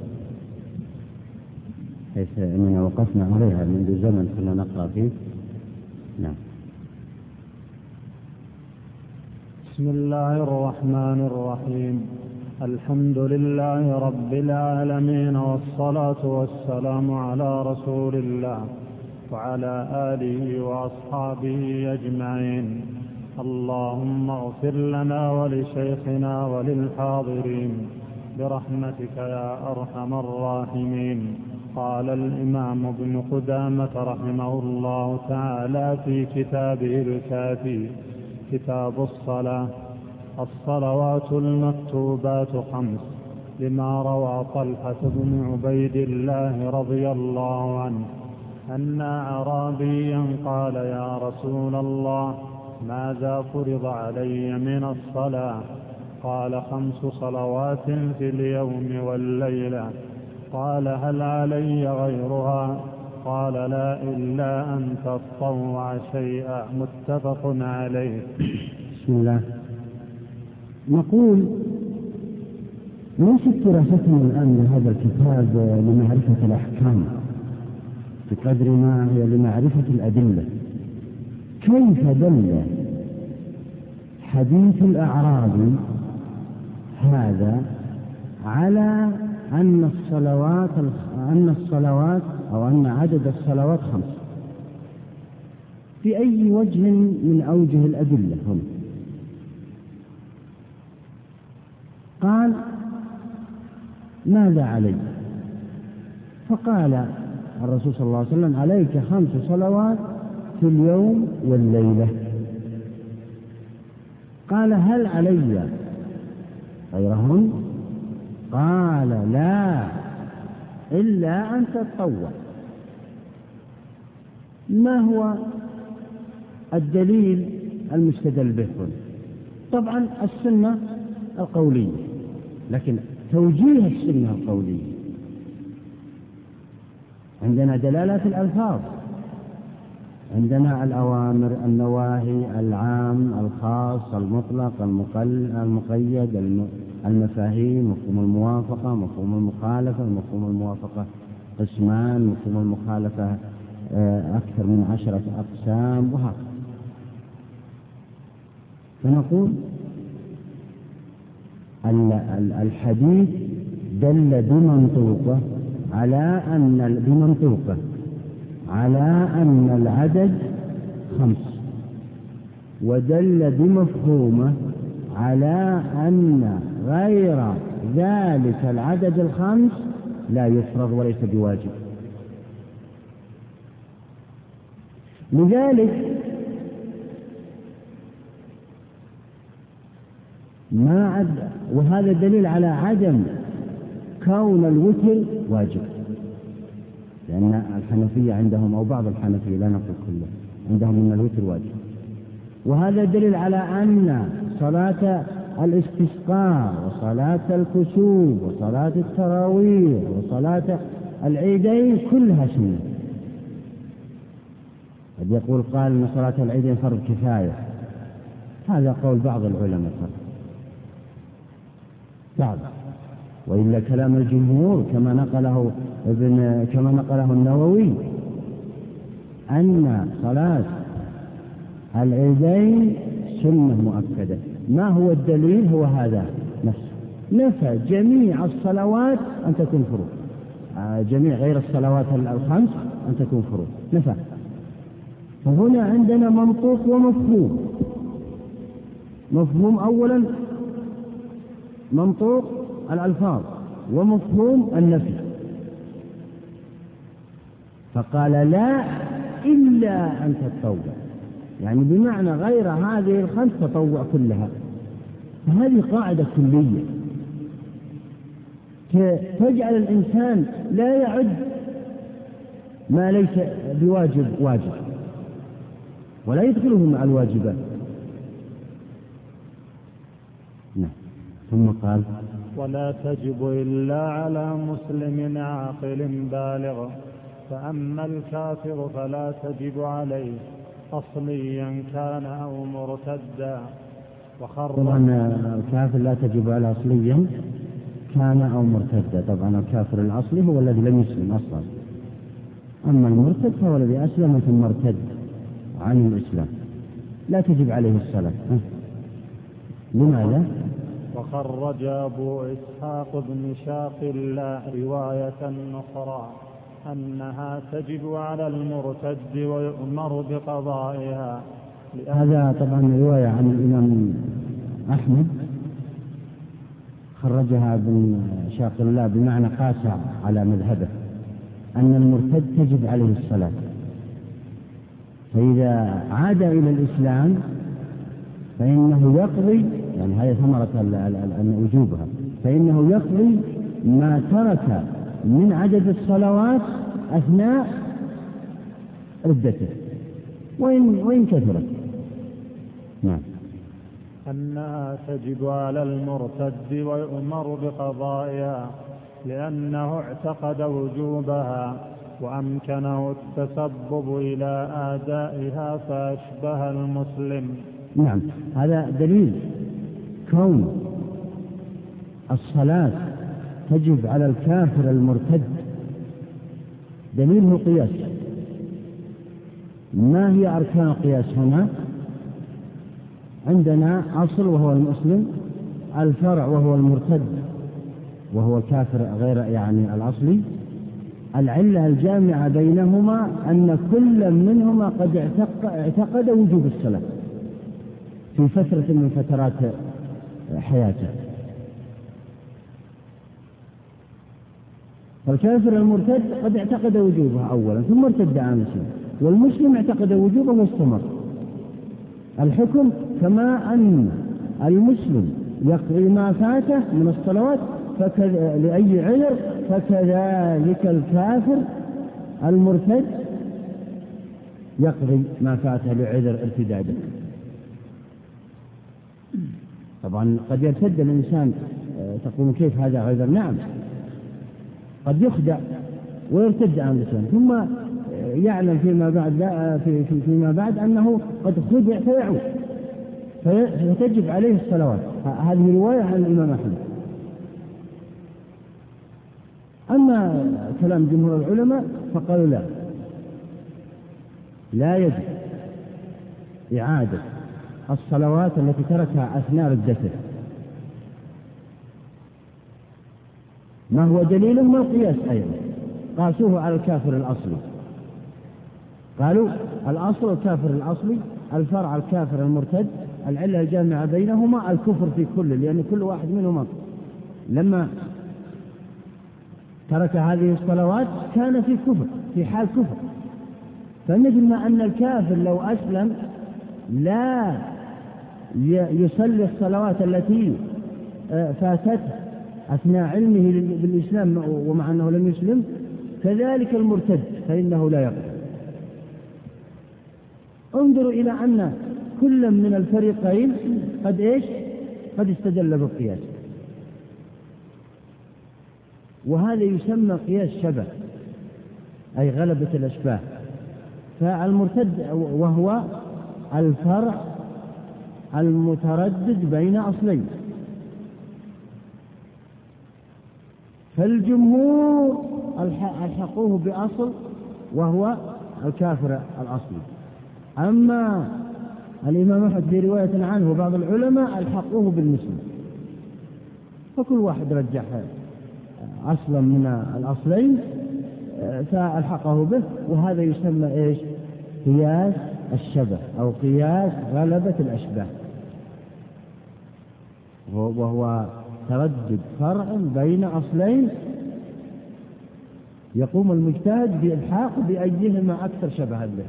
حيث أننا وقفنا عليها منذ زمن كنا نقرأ فيه. نعم. بسم الله الرحمن الرحيم. الحمد لله رب العالمين، والصلاة والسلام على رسول الله وعلى آله وأصحابه أجمعين. اللهم اغفر لنا ولشيخنا وللحاضرين برحمتك يا أرحم الراحمين. قال الإمام ابن قدامة رحمه الله تعالى في كتابه الكافي: كتاب الصلاة. الصلوات المكتوبات 5، لما روى طلحة بن عبيد الله رضي الله عنه أن أعرابيا قال: يا رسول الله، ماذا فرض علي من الصلاة؟ قال: 5 صلوات في اليوم والليلة. قال: هل علي غيرها؟ قال: لا، إلا أن تطوع شيئا. متفق عليه. بسم الله. نقول ليست دراستنا الآن لهذا الكتاب لمعرفة الأحكام بقدر ما هي لمعرفة الأدلة. كيف دل حديث الأعرابي هذا على أن الصلوات أو أن عدد الصلوات 5؟ في أي وجه من أوجه الأدلة هنا؟ قال: ماذا علي؟ فقال الرسول صلى الله عليه وسلم: عليك 5 صلوات في اليوم والليلة. قال: هل علي غيرهن قال لا إلا أن تتطوع. ما هو الدليل المستدل به؟ طبعا السنة القولية، لكن توجيه السنة القولية عندنا دلالات الألفاظ، عندنا الأوامر، النواهي، العام، الخاص، المطلق، المقيد، المفاهيم، مفهوم الموافقة، مفهوم المخالفة. مفهوم الموافقة قسمان، مفهوم المخالفة أكثر من 10 أقسام، وهكذا. فنقول الحديث دل بمنطوقه على أن العدد 5، ودل بمفهومه على أن غير ذلك العدد 5 لا يفرض وليس بواجب. لذلك وهذا دليل على عدم كون الوتر واجب، لأن الحنفية عندهم، أو بعض الحنفية لا نقول كله، عندهم أن الوتر واجب. وهذا دليل على أن صلاة الاستسقاء وصلاة الكسوف وصلاة التراويح وصلاة العيدين كلها سنة. قد يقول قال أن صلاة العيدين فرض كفاية، هذا قول بعض العلماء بعض، وإلا كلام الجمهور كما نقله النووي أن صلاة العيدين سنة مؤكدة. ما هو الدليل؟ هو هذا نفسه، نفى جميع الصلوات أن تكون فروض، جميع غير الصلوات 5 أن تكون فروض، نفى. فهنا عندنا منطوق ومفهوم. مفهوم أولا منطوق الألفاظ، ومفهوم النفي. فقال لا إلا أن تتطوع، يعني بمعنى غير هذه 5 تطوع كلها. فهذه قاعدة كلية تجعل الإنسان لا يعد ما ليس بواجب واجب، ولا يدخله مع الواجبات. نعم. ثم قال ولا تجب إلا على مسلم عاقل بالغ، فأما الكافر فلا تجب عليه أصليا كان أو مرتدا. طبعا الكافر لا تجب على أصليا كان أو مرتدا. طبعا الكافر الأصلي هو الذي لم يسلم أصلا، أما المرتد فهو الذي أسلم ثم ارتد عن الإسلام، لا تجب عليه الصلاة. لماذا؟ وخرج أبو إسحاق بن شاقل رواية أخرى أنها تجب على المرتد ويؤمر بقضائها. هذا طبعا رواية عن الإمام أحمد، خرجها ابن شاقل بمعنى قاسى على مذهبه أن المرتد تجب عليه الصلاة، فإذا عاد إلى الإسلام فإنه يقضي، يعني هذه ثمرة وجوبها، فإنه يقضي ما ترك من عدد الصلوات أثناء ردته وإن كثرت. نعم. أنها تجب على المرتد ويؤمر بقضائها لأنه اعتقد وجوبها وأمكنه التسبب إلى أدائها فأشبه المسلم. نعم، هذا دليل كون الصلاة تجب على الكافر المرتد، دليله قياس. ما هي أركان القياس هنا؟ عندنا أصل وهو المسلم، الفرع وهو المرتد وهو الكافر غير يعني الأصلي. العلة الجامعة بينهما أن كل منهما قد اعتقد وجوب الصلاة في فترة من فترات حياته. فالكافر المرتد قد اعتقد وجوبها أولا ثم ارتد عن الإسلام، والمسلم اعتقد وجوبه واستمر. الحكم كما أن المسلم يقضي ما فاته من الصلوات لأي عذر، فكذلك الكافر المرتد يقضي ما فاته لعذر ارتداده. طبعا قد يرتد الإنسان، تقول كيف هذا عذر؟ نعم، قد يخدع ويرتد عن الإسلام ثم يعلم فيما بعد أنه قد خدع فيعود، فتجب عليه الصلوات. هذه رواية عن الإمام أحمد. أما كلام جمهور العلماء فقالوا لا يجب إعادة الصلوات التي تركها أثناء ردته. ما هو دليلهم؟ القياس أيضا قاسوه على الكافر الأصلي. قالوا الأصل الكافر الأصلي، الفرع الكافر المرتد، العلة الجامعة بينهما الكفر في كل، لأن كل واحد منهما لما ترك هذه الصلوات كان في كفر، في حال كفر. فمثل ما أن الكافر لو أسلم لا يصلي الصلوات التي فاتته أثناء علمه بالإسلام ومع أنه لم يسلم، كذلك المرتد فإنه لا يقضي. انظروا إلى أن كل من الفريقين قد استدل بالقياس، وهذا يسمى قياس شبه، أي غلبة الأشباه. فالمرتد وهو الفرع المتردد بين أصلين، فالجمهور ألحقوه بأصل وهو الكافر الأصلي. أما الإمام أحمد في رواية عنه وبعض العلماء ألحقوه بالمسلم، فكل واحد رجح أصلا من الأصلين فألحقه به، وهذا يسمى قياس الشبه أو قياس غلبة الأشباه، وهو تردد فرع بين أصلين يقوم المجتهد بإلحاق بأيهما أكثر شبها به.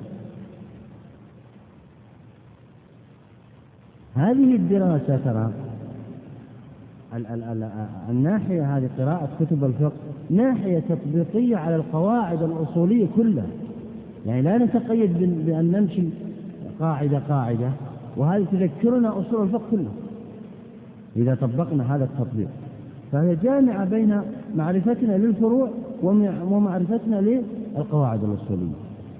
هذه الدراسة ترى الناحية هذه قراءة كتب الفقه ناحية تطبيقية على القواعد الأصولية كلها، يعني لا نتقيد بأن نمشي قاعدة، وهذه تذكرنا أصول الفقه كله إذا طبقنا هذا التطبيق. فهي جامعة بين معرفتنا للفروع ومعرفتنا للقواعد الأصولية.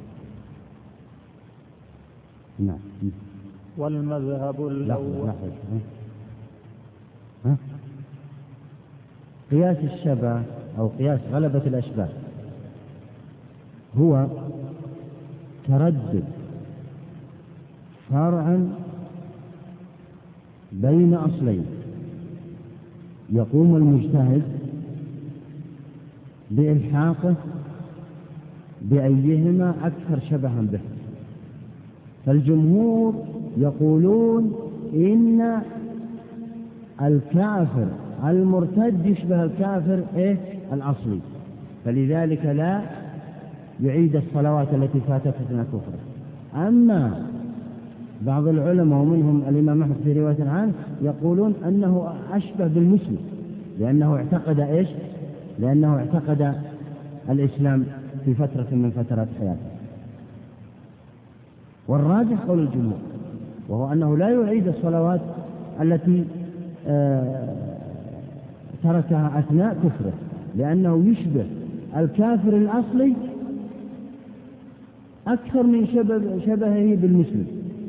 نعم. والمذهب الأول قياس الشبه أو قياس غلبة الأشباه هو تردد فرع بين أصلين يقوم المجتهد بإلحاقه بأيهما أكثر شبها به. فالجمهور يقولون إن الكافر المرتد يشبه الكافر الأصلي، فلذلك لا يعيد الصلوات التي فاتت أثناء كفره. أما بعض العلماء ومنهم الإمام أحمد في رواية عنه يقولون أنه أشبه بالمسلم، لأنه اعتقد الإسلام في فترة من فترات حياته. والراجح قول الجمهور، وهو أنه لا يعيد الصلوات التي تركها أثناء كفره، لأنه يشبه الكافر الأصلي أكثر من شبهه بالمسلم.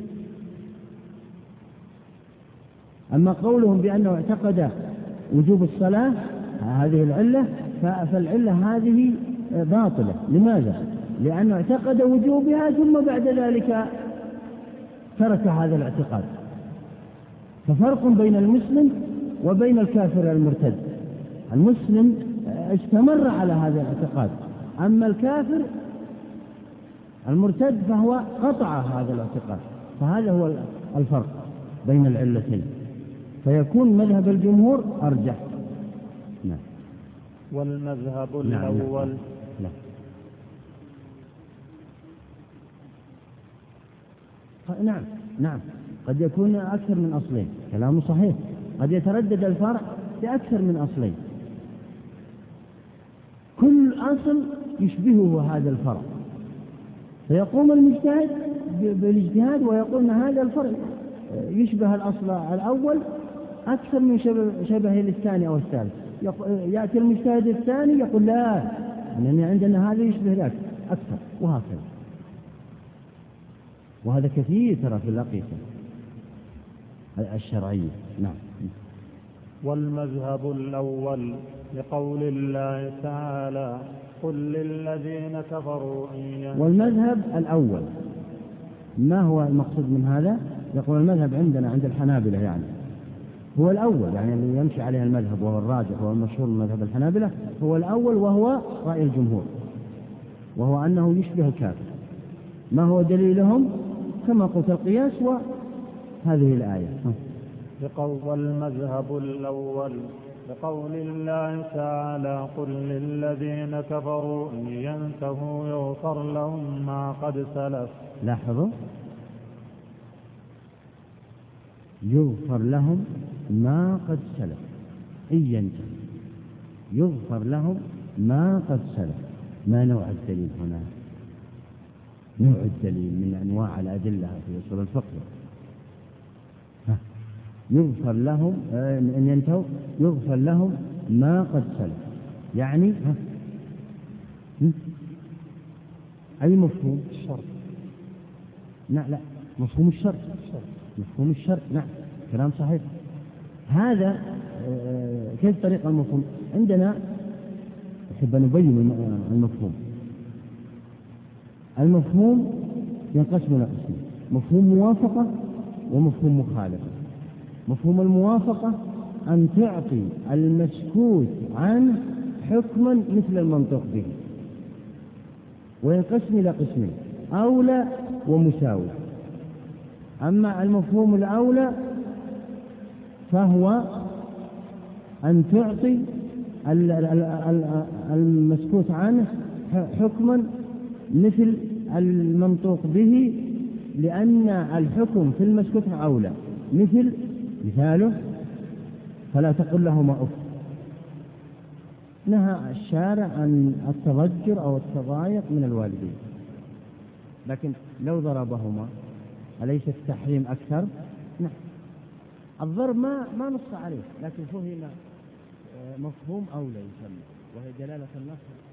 أما قولهم بأنه اعتقد وجوب الصلاة هذه العلة، فالعلة هذه باطلة. لماذا؟ لأنه اعتقد وجوبها ثم بعد ذلك ترك هذا الاعتقاد. ففرق بين المسلم وبين الكافر المرتد. المسلم استمر على هذا الاعتقاد، أما الكافر المرتد فهو قطع هذا الاعتقاد. فهذا هو الفرق بين العلتين، فيكون مذهب الجمهور أرجح. نعم. والمذهب الأول نعم قد يكون أكثر من أصلين، كلام صحيح. قد يتردد الفرع بأكثر من أصلين، كل أصل يشبهه هذا الفرع، فيقوم المجتهد بالاجتهاد ويقول أن هذا الفرع يشبه الأصل الأول أكثر من شبه الثاني أو الثالث. يأتي المجتهد الثاني يقول لا، لأن عندنا هذا يشبه ذاك أكثر، وهكذا. وهذا كثير ترى في الأقيسة الشرعية. نعم. والمذهب الأول لقول الله تعالى قل للذين كفروا والمذهب الأول ما هو المقصود من هذا؟ يقول المذهب عندنا عند الحنابلة يعني هو الأول، يعني اللي يمشي عليه المذهب وهو الراجح والمشهور من مذهب الحنابلة هو الأول، وهو رأي الجمهور، وهو أنه يشبه الكافر. ما هو دليلهم؟ كما قلت القياس وهذه الآية. والمذهب الأول لقول الله تعالى قل للذين كفروا إن ينتهوا يغفر لهم ما قد سلف. لاحظوا، يغفر لهم ما قد سلف، إن ينتهوا يغفر لهم ما قد سلف. ما نوع الدليل هنا؟ نوع الدليل من أنواع الأدلة في أصول الفقه. يغفر لهم إن ينتهوا يغفر لهم ما قد سلف، يعني أي مفهوم الشرط؟ لا مفهوم الشرط، مفهوم الشرط. نعم، كلام صحيح. هذا كيف طريقة المفهوم؟ عندنا نحب أن نبين المفهوم. المفهوم ينقسم إلى قسمين: مفهوم موافقة ومفهوم مخالفة. مفهوم الموافقة أن تعطي المسكوت عنه حكما مثل المنطق به، وينقسم إلى قسمين: أولى ومساوي. أما المفهوم الأولى فهو أن تعطي المسكوت عنه حكما مثل المنطوق به، لأن الحكم في المسكوت أولى. مثاله فلا تقل لهما أف. نهى الشارع عن التضجر أو التضايق من الوالدين، لكن لو ضربهما أليس التحريم أكثر؟ نعم. الضرب ما نص عليه، لكن فهم مفهوم أولى يسمى، وهي دلالة النص